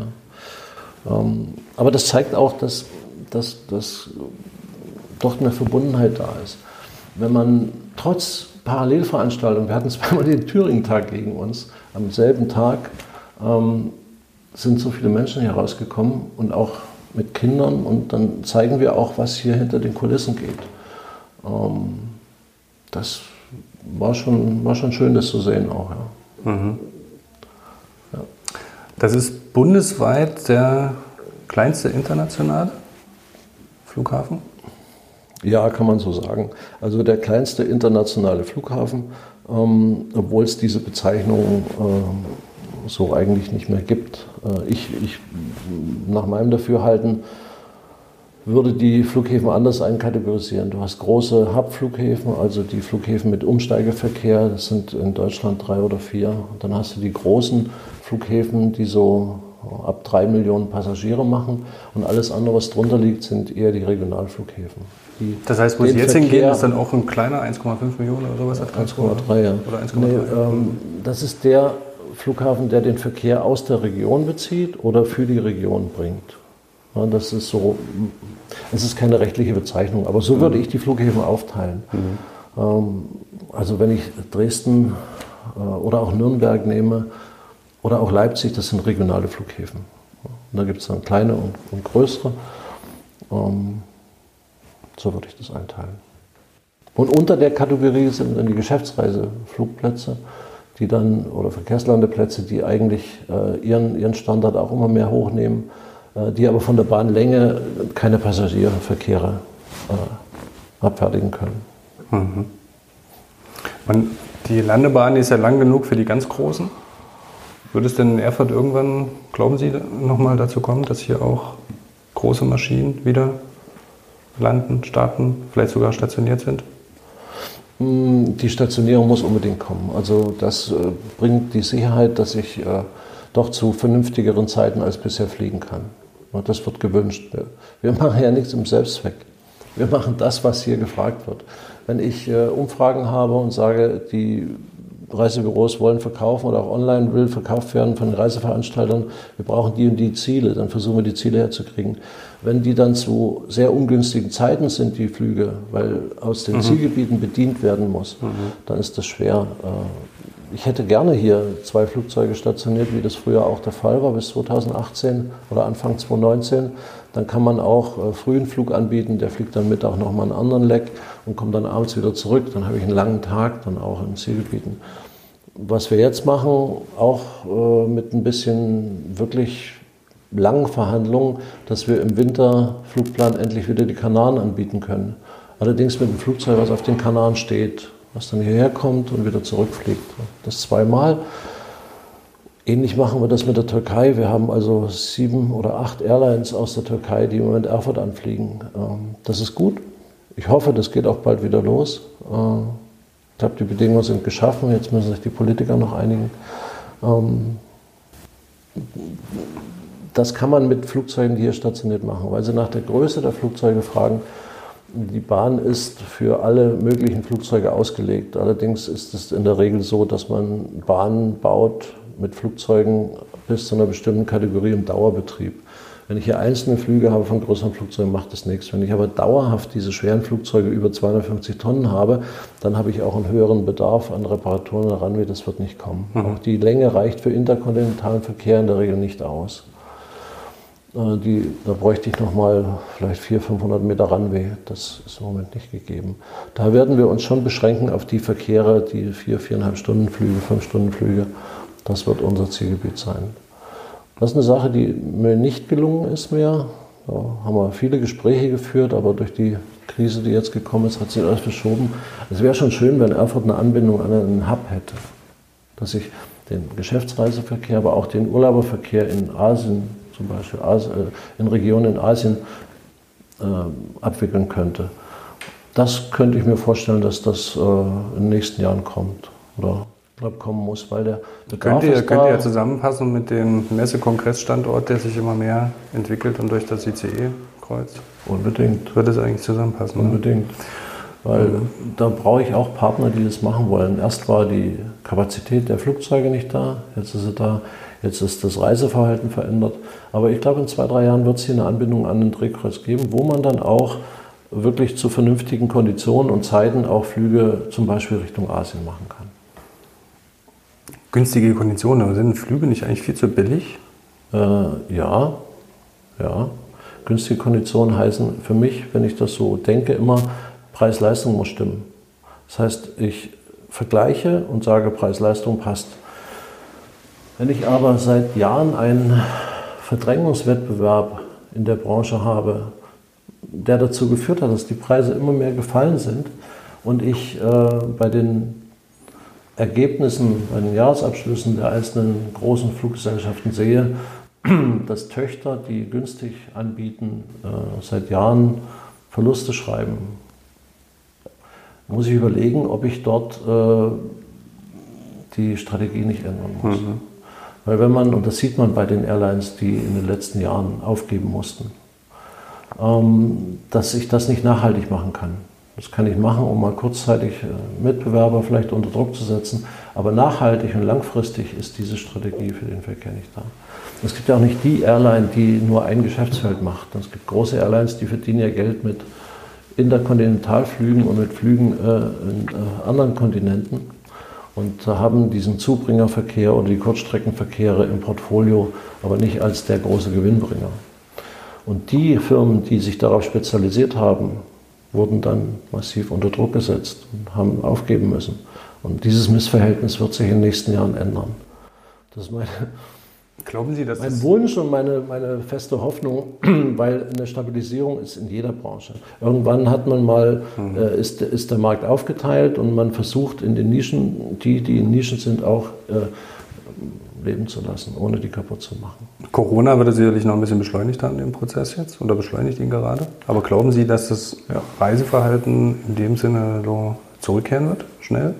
ja. Ähm, aber das zeigt auch, dass, dass, dass doch eine Verbundenheit da ist. Wenn man trotz Parallelveranstaltungen, wir hatten zweimal den Thüringen-Tag gegen uns, am selben Tag ähm, sind so viele Menschen hier rausgekommen und auch mit Kindern und dann zeigen wir auch, was hier hinter den Kulissen geht. Ähm, das war schon, war schon schön, das zu sehen auch. Ja. Mhm. Das ist bundesweit der kleinste internationale Flughafen? Ja, kann man so sagen. Also der kleinste internationale Flughafen, ähm, obwohl es diese Bezeichnung äh, so eigentlich nicht mehr gibt. Äh, ich, ich, nach meinem Dafürhalten würde die Flughäfen anders einkategorisieren. Du hast große Hub-Flughäfen, also die Flughäfen mit Umsteigeverkehr, das sind in Deutschland drei oder vier. Und dann hast du die großen Flughäfen, die so ab drei Millionen Passagiere machen. Und alles andere, was drunter liegt, sind eher die Regionalflughäfen. Die das heißt, wo Sie jetzt hingehen, ist dann auch ein kleiner eins Komma fünf Millionen oder sowas? eins Komma drei, ja. Oder eins Komma drei? Nee, ähm, das ist der Flughafen, der den Verkehr aus der Region bezieht oder für die Region bringt. Ja, das ist so, es ist keine rechtliche Bezeichnung, aber so würde ich die Flughäfen aufteilen. Mhm. Ähm, also wenn ich Dresden äh, oder auch Nürnberg nehme oder auch Leipzig, das sind regionale Flughäfen. Und da gibt es dann kleine und, und größere. Ähm, so würde ich das einteilen. Und unter der Kategorie sind dann die Geschäftsreiseflugplätze, die dann, oder Verkehrslandeplätze, die eigentlich äh, ihren, ihren Standard auch immer mehr hochnehmen, die aber von der Bahnlänge keine Passagierverkehre äh, abfertigen können. Mhm. Man, die Landebahn ist ja lang genug für die ganz Großen. Würde es denn in Erfurt irgendwann, glauben Sie, nochmal dazu kommen, dass hier auch große Maschinen wieder landen, starten, vielleicht sogar stationiert sind? Die Stationierung muss unbedingt kommen. Also das äh, bringt die Sicherheit, dass ich äh, doch zu vernünftigeren Zeiten als bisher fliegen kann. Und das wird gewünscht. Wir, wir machen ja nichts im Selbstzweck. Wir machen das, was hier gefragt wird. Wenn ich äh, Umfragen habe und sage, die Reisebüros wollen verkaufen oder auch online will verkauft werden von den Reiseveranstaltern, wir brauchen die und die Ziele, dann versuchen wir die Ziele herzukriegen. Wenn die dann zu sehr ungünstigen Zeiten sind, die Flüge, weil aus den mhm. Zielgebieten bedient werden muss, mhm. dann ist das schwer. Ich hätte gerne hier zwei Flugzeuge stationiert, wie das früher auch der Fall war bis zweitausendachtzehn oder Anfang zweitausendneunzehn. Dann kann man auch frühen Flug anbieten, der fliegt dann Mittag nochmal einen anderen Leck und kommt dann abends wieder zurück. Dann habe ich einen langen Tag, dann auch in Zielgebieten. Was wir jetzt machen, auch äh, mit ein bisschen wirklich langen Verhandlungen, dass wir im Winterflugplan endlich wieder die Kanaren anbieten können. Allerdings mit einem Flugzeug, was auf den Kanaren steht, was dann hierher kommt und wieder zurückfliegt. Das zweimal. Ähnlich machen wir das mit der Türkei. Wir haben also sieben oder acht Airlines aus der Türkei, die im Moment Erfurt anfliegen. Ähm, das ist gut. Ich hoffe, das geht auch bald wieder los. Äh, ich glaube, die Bedingungen sind geschaffen. Jetzt müssen sich die Politiker noch einigen. Ähm, das kann man mit Flugzeugen, die hier stationiert machen, weil sie nach der Größe der Flugzeuge fragen. Die Bahn ist für alle möglichen Flugzeuge ausgelegt. Allerdings ist es in der Regel so, dass man Bahnen baut mit Flugzeugen bis zu einer bestimmten Kategorie im Dauerbetrieb. Wenn ich hier einzelne Flüge habe von größeren Flugzeugen, macht das nichts. Wenn ich aber dauerhaft diese schweren Flugzeuge über zweihundertfünfzig Tonnen habe, dann habe ich auch einen höheren Bedarf an Reparaturen und Runway. Das wird nicht kommen. Mhm. Auch die Länge reicht für interkontinentalen Verkehr in der Regel nicht aus. Die, da bräuchte ich noch mal vielleicht vierhundert, fünfhundert Meter Runway. Das ist im Moment nicht gegeben. Da werden wir uns schon beschränken auf die Verkehre, die vier, viereinhalb Stunden Flüge, fünf Stunden Flüge. Das wird unser Zielgebiet sein. Das ist eine Sache, die mir nicht gelungen ist mehr. Da haben wir viele Gespräche geführt, aber durch die Krise, die jetzt gekommen ist, hat sich alles verschoben. Es wäre schon schön, wenn Erfurt eine Anbindung an einen Hub hätte. Dass ich den Geschäftsreiseverkehr, aber auch den Urlauberverkehr in Asien, zum Beispiel in Regionen in Asien äh, abwickeln könnte. Das könnte ich mir vorstellen, dass das äh, in den nächsten Jahren kommt oder ich glaube kommen muss, weil der Bedarf könnt ihr, ist könnt da. ihr zusammenpassen mit dem Messe-Kongress-Standort, der sich immer mehr entwickelt und durch das I C E kreuzt? Unbedingt. Wird es eigentlich zusammenpassen? Unbedingt. Ne? Weil mhm. da brauche ich auch Partner, die das machen wollen. Erst war die Kapazität der Flugzeuge nicht da, jetzt ist sie da. Jetzt ist das Reiseverhalten verändert. Aber ich glaube, in zwei, drei Jahren wird es hier eine Anbindung an den Drehkreuz geben, wo man dann auch wirklich zu vernünftigen Konditionen und Zeiten auch Flüge zum Beispiel Richtung Asien machen kann. Günstige Konditionen, aber sind Flüge nicht eigentlich viel zu billig? Äh, ja, ja. Günstige Konditionen heißen für mich, wenn ich das so denke, immer Preis-Leistung muss stimmen. Das heißt, ich vergleiche und sage, Preis-Leistung passt. Wenn ich aber seit Jahren einen Verdrängungswettbewerb in der Branche habe, der dazu geführt hat, dass die Preise immer mehr gefallen sind und ich äh, bei den Ergebnissen, bei den Jahresabschlüssen der einzelnen großen Fluggesellschaften sehe, dass Töchter, die günstig anbieten, äh, seit Jahren Verluste schreiben, muss ich überlegen, ob ich dort äh, die Strategie nicht ändern muss. Mhm. Weil wenn man, und das sieht man bei den Airlines, die in den letzten Jahren aufgeben mussten, ähm, dass ich das nicht nachhaltig machen kann. Das kann ich machen, um mal kurzzeitig äh, Mitbewerber vielleicht unter Druck zu setzen, aber nachhaltig und langfristig ist diese Strategie für den Verkehr nicht da. Es gibt ja auch nicht die Airline, die nur ein Geschäftsfeld macht. Es gibt große Airlines, die verdienen ja Geld mit Interkontinentalflügen und mit Flügen äh, in äh, anderen Kontinenten. Und haben diesen Zubringerverkehr oder die Kurzstreckenverkehre im Portfolio, aber nicht als der große Gewinnbringer. Und die Firmen, die sich darauf spezialisiert haben, wurden dann massiv unter Druck gesetzt und haben aufgeben müssen. Und dieses Missverhältnis wird sich in den nächsten Jahren ändern. Das ist meine Glauben Sie, dass mein das Wunsch und meine, meine feste Hoffnung, weil eine Stabilisierung ist in jeder Branche. Irgendwann hat man mal, mhm. äh, ist, ist der Markt aufgeteilt und man versucht in den Nischen, die, die in Nischen sind, auch äh, leben zu lassen, ohne die kaputt zu machen. Corona wird sicherlich noch ein bisschen beschleunigt haben, den Prozess jetzt, oder beschleunigt ihn gerade. Aber glauben Sie, dass das ja. Reiseverhalten in dem Sinne so zurückkehren wird, schnell?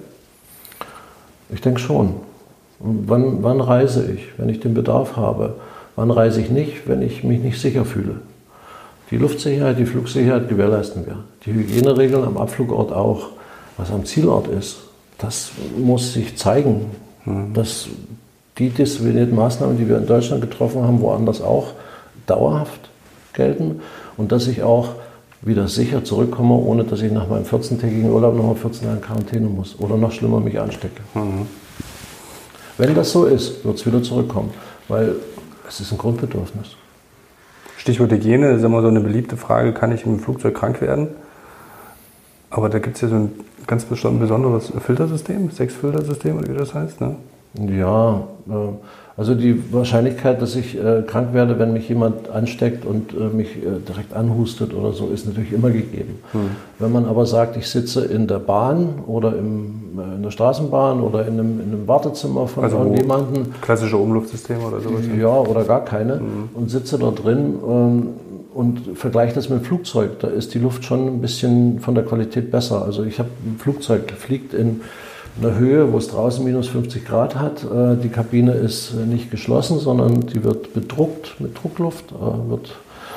Ich denke schon. Wann, wann reise ich, wenn ich den Bedarf habe? Wann reise ich nicht, wenn ich mich nicht sicher fühle? Die Luftsicherheit, die Flugsicherheit gewährleisten wir. Die Hygieneregeln am Abflugort auch. Was am Zielort ist, das muss sich zeigen. Mhm. Dass die disziplinierten Maßnahmen, die wir in Deutschland getroffen haben, woanders auch dauerhaft gelten. Und dass ich auch wieder sicher zurückkomme, ohne dass ich nach meinem vierzehntägigen Urlaub nochmal vierzehn Tage in Quarantäne muss. Oder noch schlimmer mich anstecke. Mhm. Wenn das so ist, wird es wieder zurückkommen, weil es ist ein Grundbedürfnis. Stichwort Hygiene ist immer so eine beliebte Frage, kann ich im Flugzeug krank werden? Aber da gibt es ja so ein ganz besonderes Filtersystem, Sechs-Filtersystem oder wie das heißt, ne? Ja, also die Wahrscheinlichkeit, dass ich krank werde, wenn mich jemand ansteckt und mich direkt anhustet oder so, ist natürlich immer gegeben. Hm. Wenn man aber sagt, ich sitze in der Bahn oder im, in der Straßenbahn oder in einem, in einem Wartezimmer von also irgendjemandem. Klassische Umluftsysteme oder sowas? Ja, oder gar keine. Hm. Und sitze da drin und vergleiche das mit dem Flugzeug. Da ist die Luft schon ein bisschen von der Qualität besser. Also ich habe ein Flugzeug, fliegt in einer Höhe, wo es draußen minus fünfzig Grad hat. Die Kabine ist nicht geschlossen, sondern die wird bedruckt mit Druckluft, wird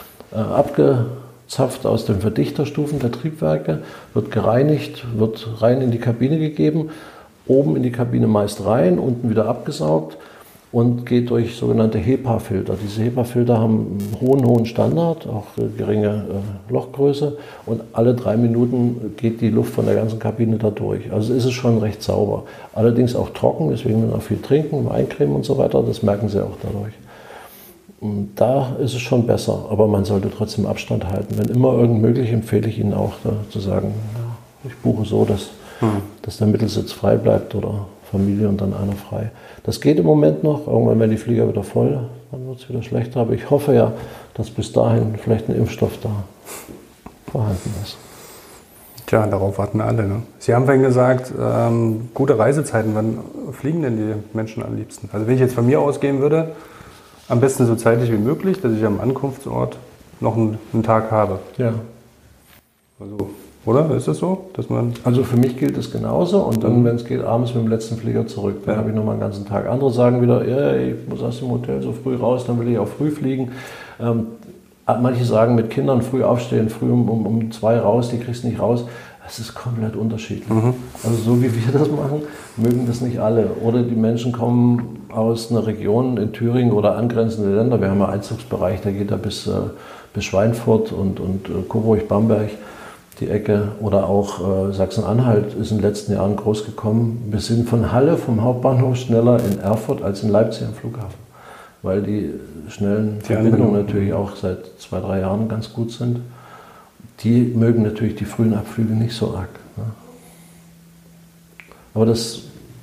abgezapft aus den Verdichterstufen der Triebwerke, wird gereinigt, wird rein in die Kabine gegeben, oben in die Kabine meist rein, unten wieder abgesaugt und geht durch sogenannte HEPA-Filter. Diese HEPA-Filter haben einen hohen, hohen Standard, auch geringe äh, Lochgröße und alle drei Minuten geht die Luft von der ganzen Kabine da durch. Also ist es schon recht sauber. Allerdings auch trocken, deswegen müssen wir auch viel trinken, Weincreme und so weiter, das merken Sie auch dadurch. Und da ist es schon besser, aber man sollte trotzdem Abstand halten. Wenn immer irgend möglich, empfehle ich Ihnen auch da, zu sagen, ja, ich buche so, dass, hm. dass der Mittelsitz frei bleibt oder Familie und dann einer frei. Das geht im Moment noch. Irgendwann werden die Flieger wieder voll, dann wird es wieder schlechter. Aber ich hoffe ja, dass bis dahin vielleicht ein Impfstoff da vorhanden ist. Tja, darauf warten alle. Ne? Sie haben vorhin gesagt, ähm, gute Reisezeiten. Wann fliegen denn die Menschen am liebsten? Also wenn ich jetzt von mir ausgehen würde, am besten so zeitig wie möglich, dass ich am Ankunftsort noch einen, einen Tag habe. Ja. Also, oder? Ist das so? Dass man also für mich gilt es genauso und dann, mhm. wenn es geht, abends mit dem letzten Flieger zurück. Dann ja. habe ich noch mal einen ganzen Tag. Andere sagen wieder, ja, ich muss aus dem Hotel so früh raus, dann will ich auch früh fliegen. Ähm, manche sagen, mit Kindern früh aufstehen, früh um, um, um zwei raus, die kriegst du nicht raus. Das ist komplett unterschiedlich. Mhm. Also so wie wir das machen, mögen das nicht alle. Oder die Menschen kommen aus einer Region in Thüringen oder angrenzende Länder. Wir haben einen Einzugsbereich, der geht da bis, äh, bis Schweinfurt und, und äh, Coburg-Bamberg. Die Ecke oder auch äh, Sachsen-Anhalt ist in den letzten Jahren groß gekommen. Wir sind von Halle, vom Hauptbahnhof, schneller in Erfurt als in Leipzig am Flughafen. Weil die schnellen die Verbindungen Anbindung. natürlich auch seit zwei, drei Jahren ganz gut sind. Die mögen natürlich die frühen Abflüge nicht so arg. Ne? Aber das,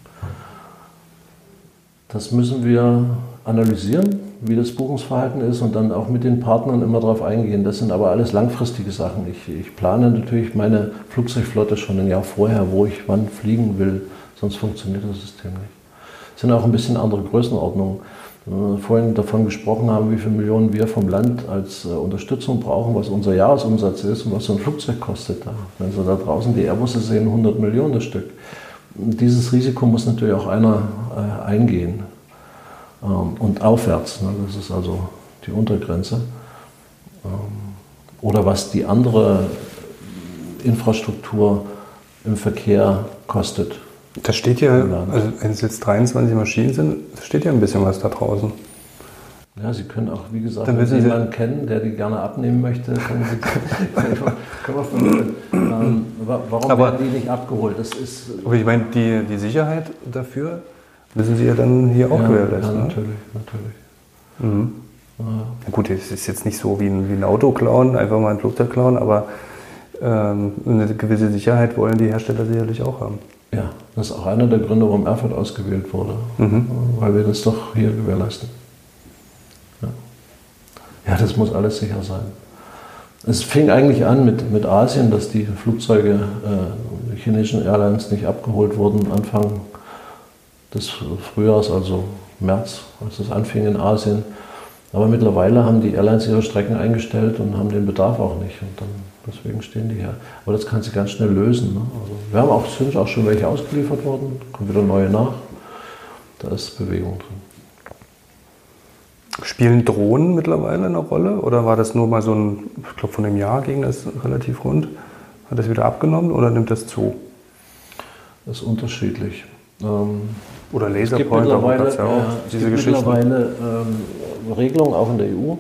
das müssen wir analysieren, wie das Buchungsverhalten ist und dann auch mit den Partnern immer darauf eingehen. Das sind aber alles langfristige Sachen. Ich, ich plane natürlich meine Flugzeugflotte schon ein Jahr vorher, wo ich wann fliegen will, sonst funktioniert das System nicht. Es sind auch ein bisschen andere Größenordnungen. Wenn wir vorhin davon gesprochen haben, wie viele Millionen wir vom Land als äh, Unterstützung brauchen, was unser Jahresumsatz ist und was so ein Flugzeug kostet. Da. Wenn Sie da draußen die Airbusse sehen, hundert Millionen das Stück. Und dieses Risiko muss natürlich auch einer äh, eingehen. Und aufwärts, ne? Das ist also die Untergrenze. Oder was die andere Infrastruktur im Verkehr kostet. Da steht ja, also wenn es jetzt dreiundzwanzig Maschinen sind, steht ja ein bisschen was da draußen. Ja, Sie können auch, wie gesagt, wenn Sie jemanden kennen, der die gerne abnehmen möchte, können Sie, können wir vermitteln. Ähm, warum aber, werden die nicht abgeholt? Das ist, aber ich meine, die, die Sicherheit dafür müssen Sie ja dann hier auch ja, gewährleisten. Ja, natürlich, natürlich. Mhm. Ja. Na gut, es ist jetzt nicht so wie ein, wie ein Auto klauen, einfach mal ein Flugzeug klauen, aber ähm, eine gewisse Sicherheit wollen die Hersteller sicherlich auch haben. Ja, das ist auch einer der Gründe, warum Erfurt ausgewählt wurde, mhm. weil wir das doch hier gewährleisten. das muss alles sicher sein. Es fing eigentlich an mit, mit Asien, dass die Flugzeuge äh, chinesischen Airlines nicht abgeholt wurden, Anfang des Frühjahrs, also März, als es anfing in Asien. Aber mittlerweile haben die Airlines ihre Strecken eingestellt und haben den Bedarf auch nicht. Und dann, deswegen stehen die her. Aber das kann sich ganz schnell lösen. Ne? Also wir haben auch, sind auch schon welche ausgeliefert worden, kommen wieder neue nach. Da ist Bewegung drin. Spielen Drohnen mittlerweile eine Rolle? Oder war das nur mal so ein, ich glaube von einem Jahr ging das relativ rund? Hat das wieder abgenommen oder nimmt das zu? Das ist unterschiedlich. Ähm, oder Laserpointer, es ja auch ja, diese es gibt Geschichten. mittlerweile ähm, Regelungen, auch in der E U,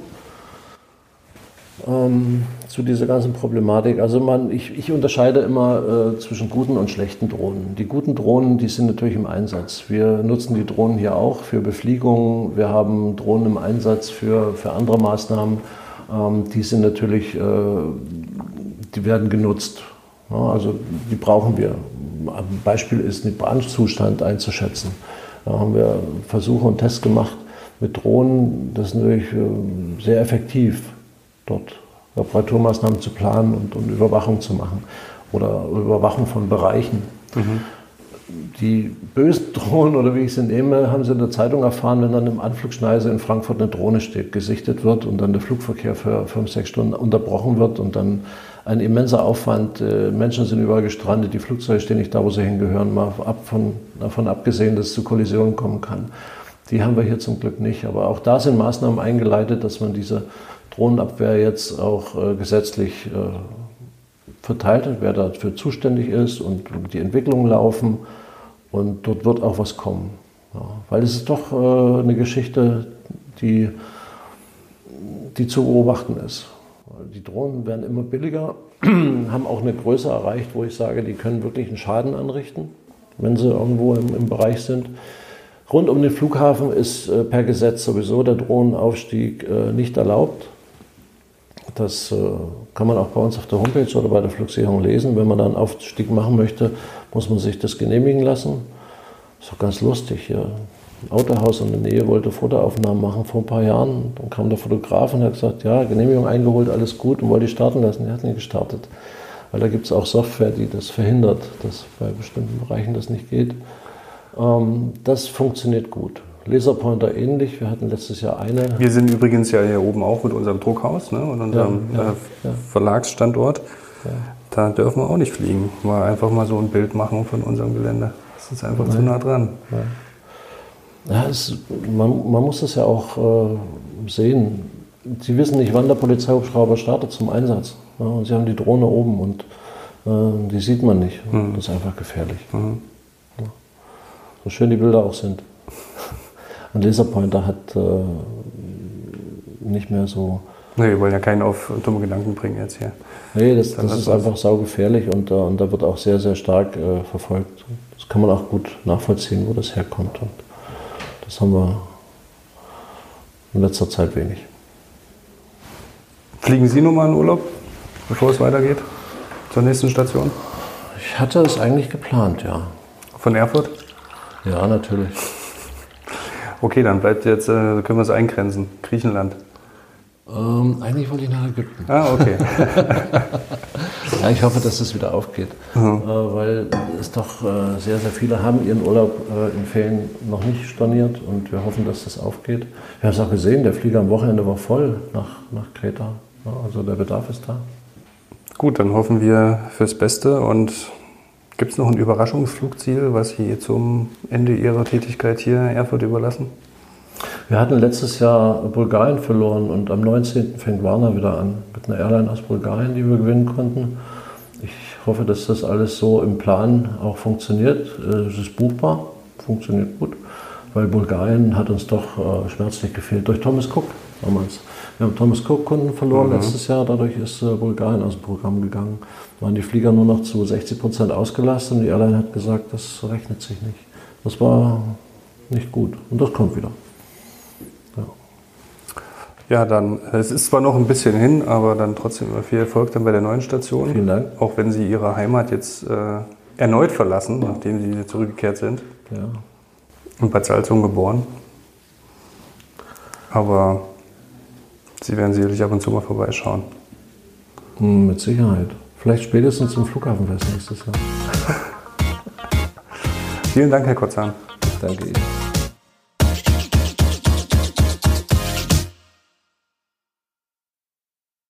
ähm, zu dieser ganzen Problematik. Also man, ich, ich unterscheide immer äh, zwischen guten und schlechten Drohnen. Die guten Drohnen, die sind natürlich im Einsatz. Wir nutzen die Drohnen hier auch für Befliegung. Wir haben Drohnen im Einsatz für, für andere Maßnahmen. Ähm, die sind natürlich, äh, die werden genutzt. Ja, also die brauchen wir. Ein Beispiel ist, den Brandzustand einzuschätzen. Da haben wir Versuche und Tests gemacht mit Drohnen. Das ist natürlich äh, sehr effektiv, dort Reparaturmaßnahmen zu planen und, und Überwachung zu machen oder Überwachung von Bereichen. Mhm. Die bösen Drohnen, oder wie ich sie nehme, haben Sie in der Zeitung erfahren, wenn dann im Anflugschneise in Frankfurt eine Drohne steht, gesichtet wird und dann der Flugverkehr für fünf, sechs Stunden unterbrochen wird und dann ein immenser Aufwand, Menschen sind überall gestrandet, die Flugzeuge stehen nicht da, wo sie hingehören, mal ab von, davon abgesehen, dass es zu Kollisionen kommen kann. Die haben wir hier zum Glück nicht, aber auch da sind Maßnahmen eingeleitet, dass man diese Drohnenabwehr jetzt auch äh, gesetzlich äh, verteilt hat, wer dafür zuständig ist und die Entwicklungen laufen und dort wird auch was kommen. Ja, weil es ist doch äh, eine Geschichte, die, die zu beobachten ist. Die Drohnen werden immer billiger, haben auch eine Größe erreicht, wo ich sage, die können wirklich einen Schaden anrichten, wenn sie irgendwo im, im Bereich sind. Rund um den Flughafen ist äh, per Gesetz sowieso der Drohnenaufstieg äh, nicht erlaubt. Das äh, kann man auch bei uns auf der Homepage oder bei der Flugsicherung lesen. Wenn man dann einen Aufstieg machen möchte, muss man sich das genehmigen lassen. Das ist doch ganz lustig hier. Ein Autohaus in der Nähe wollte Fotoaufnahmen machen vor ein paar Jahren. Dann kam der Fotograf und hat gesagt, ja, Genehmigung eingeholt, alles gut und wollte die starten lassen. Die hat nicht gestartet. Weil da gibt es auch Software, die das verhindert, dass bei bestimmten Bereichen das nicht geht. Ähm, das funktioniert gut. Laserpointer ähnlich. Wir hatten letztes Jahr eine. Wir sind übrigens ja hier oben auch mit unserem Druckhaus, ne, und unserem ja, ja, äh, ja. Verlagsstandort. Ja. Da dürfen wir auch nicht fliegen. Mal einfach mal so ein Bild machen von unserem Gelände. Das ist einfach Nein. zu nah dran. Ja. Ja, es, man, man muss das ja auch äh, sehen. Sie wissen nicht, wann der Polizeihubschrauber startet zum Einsatz. Ja, und Sie haben die Drohne oben und äh, die sieht man nicht. Mhm. Das ist einfach gefährlich. Mhm. Ja. So schön die Bilder auch sind. Ein Laserpointer hat äh, nicht mehr so... Nee, wir wollen ja keinen auf dumme Gedanken bringen jetzt hier. Nee, das, das ist einfach saugefährlich und, äh, und da wird auch sehr, sehr stark äh, verfolgt. Das kann man auch gut nachvollziehen, wo das herkommt. Und das haben wir in letzter Zeit wenig. Fliegen Sie nochmal in Urlaub, bevor es weitergeht? Zur nächsten Station? Ich hatte es eigentlich geplant, ja. Von Erfurt? Ja, natürlich. Okay, dann bleibt jetzt, äh, können wir es eingrenzen. Griechenland. Ähm, eigentlich wollte ich nach Ägypten. Ah, okay. Ja, ich hoffe, dass es wieder aufgeht, mhm. äh, weil es doch äh, sehr, sehr viele haben ihren Urlaub äh, in Ferien noch nicht storniert und wir hoffen, dass das aufgeht. Wir haben es auch gesehen, der Flieger am Wochenende war voll nach, nach Kreta, ja, also der Bedarf ist da. Gut, dann hoffen wir fürs Beste und gibt es noch ein Überraschungsflugziel, was Sie zum Ende Ihrer Tätigkeit hier in Erfurt überlassen? Wir hatten letztes Jahr Bulgarien verloren und am neunzehnten fängt Warna wieder an mit einer Airline aus Bulgarien, die wir gewinnen konnten. Ich hoffe, dass das alles so im Plan auch funktioniert. Es ist buchbar, funktioniert gut, weil Bulgarien hat uns doch äh, schmerzlich gefehlt durch Thomas Cook damals. Wir haben Thomas Cook Kunden verloren mhm. letztes Jahr, dadurch ist äh, Bulgarien aus dem Programm gegangen. Waren die Flieger nur noch zu sechzig Prozent ausgelastet und die Airline hat gesagt, das rechnet sich nicht. Das war nicht gut und das kommt wieder. Ja. Ja, dann, es ist zwar noch ein bisschen hin, aber dann trotzdem viel Erfolg dann bei der neuen Station. Vielen Dank. Auch wenn Sie Ihre Heimat jetzt äh, erneut verlassen, nachdem Sie zurückgekehrt sind. Ja. In Bad Salzungen geboren. Aber Sie werden sicherlich ab und zu mal vorbeischauen. Hm, mit Sicherheit. Vielleicht spätestens zum Flughafenfest nächstes Jahr. Vielen Dank, Herr Kotzan. Danke Ihnen.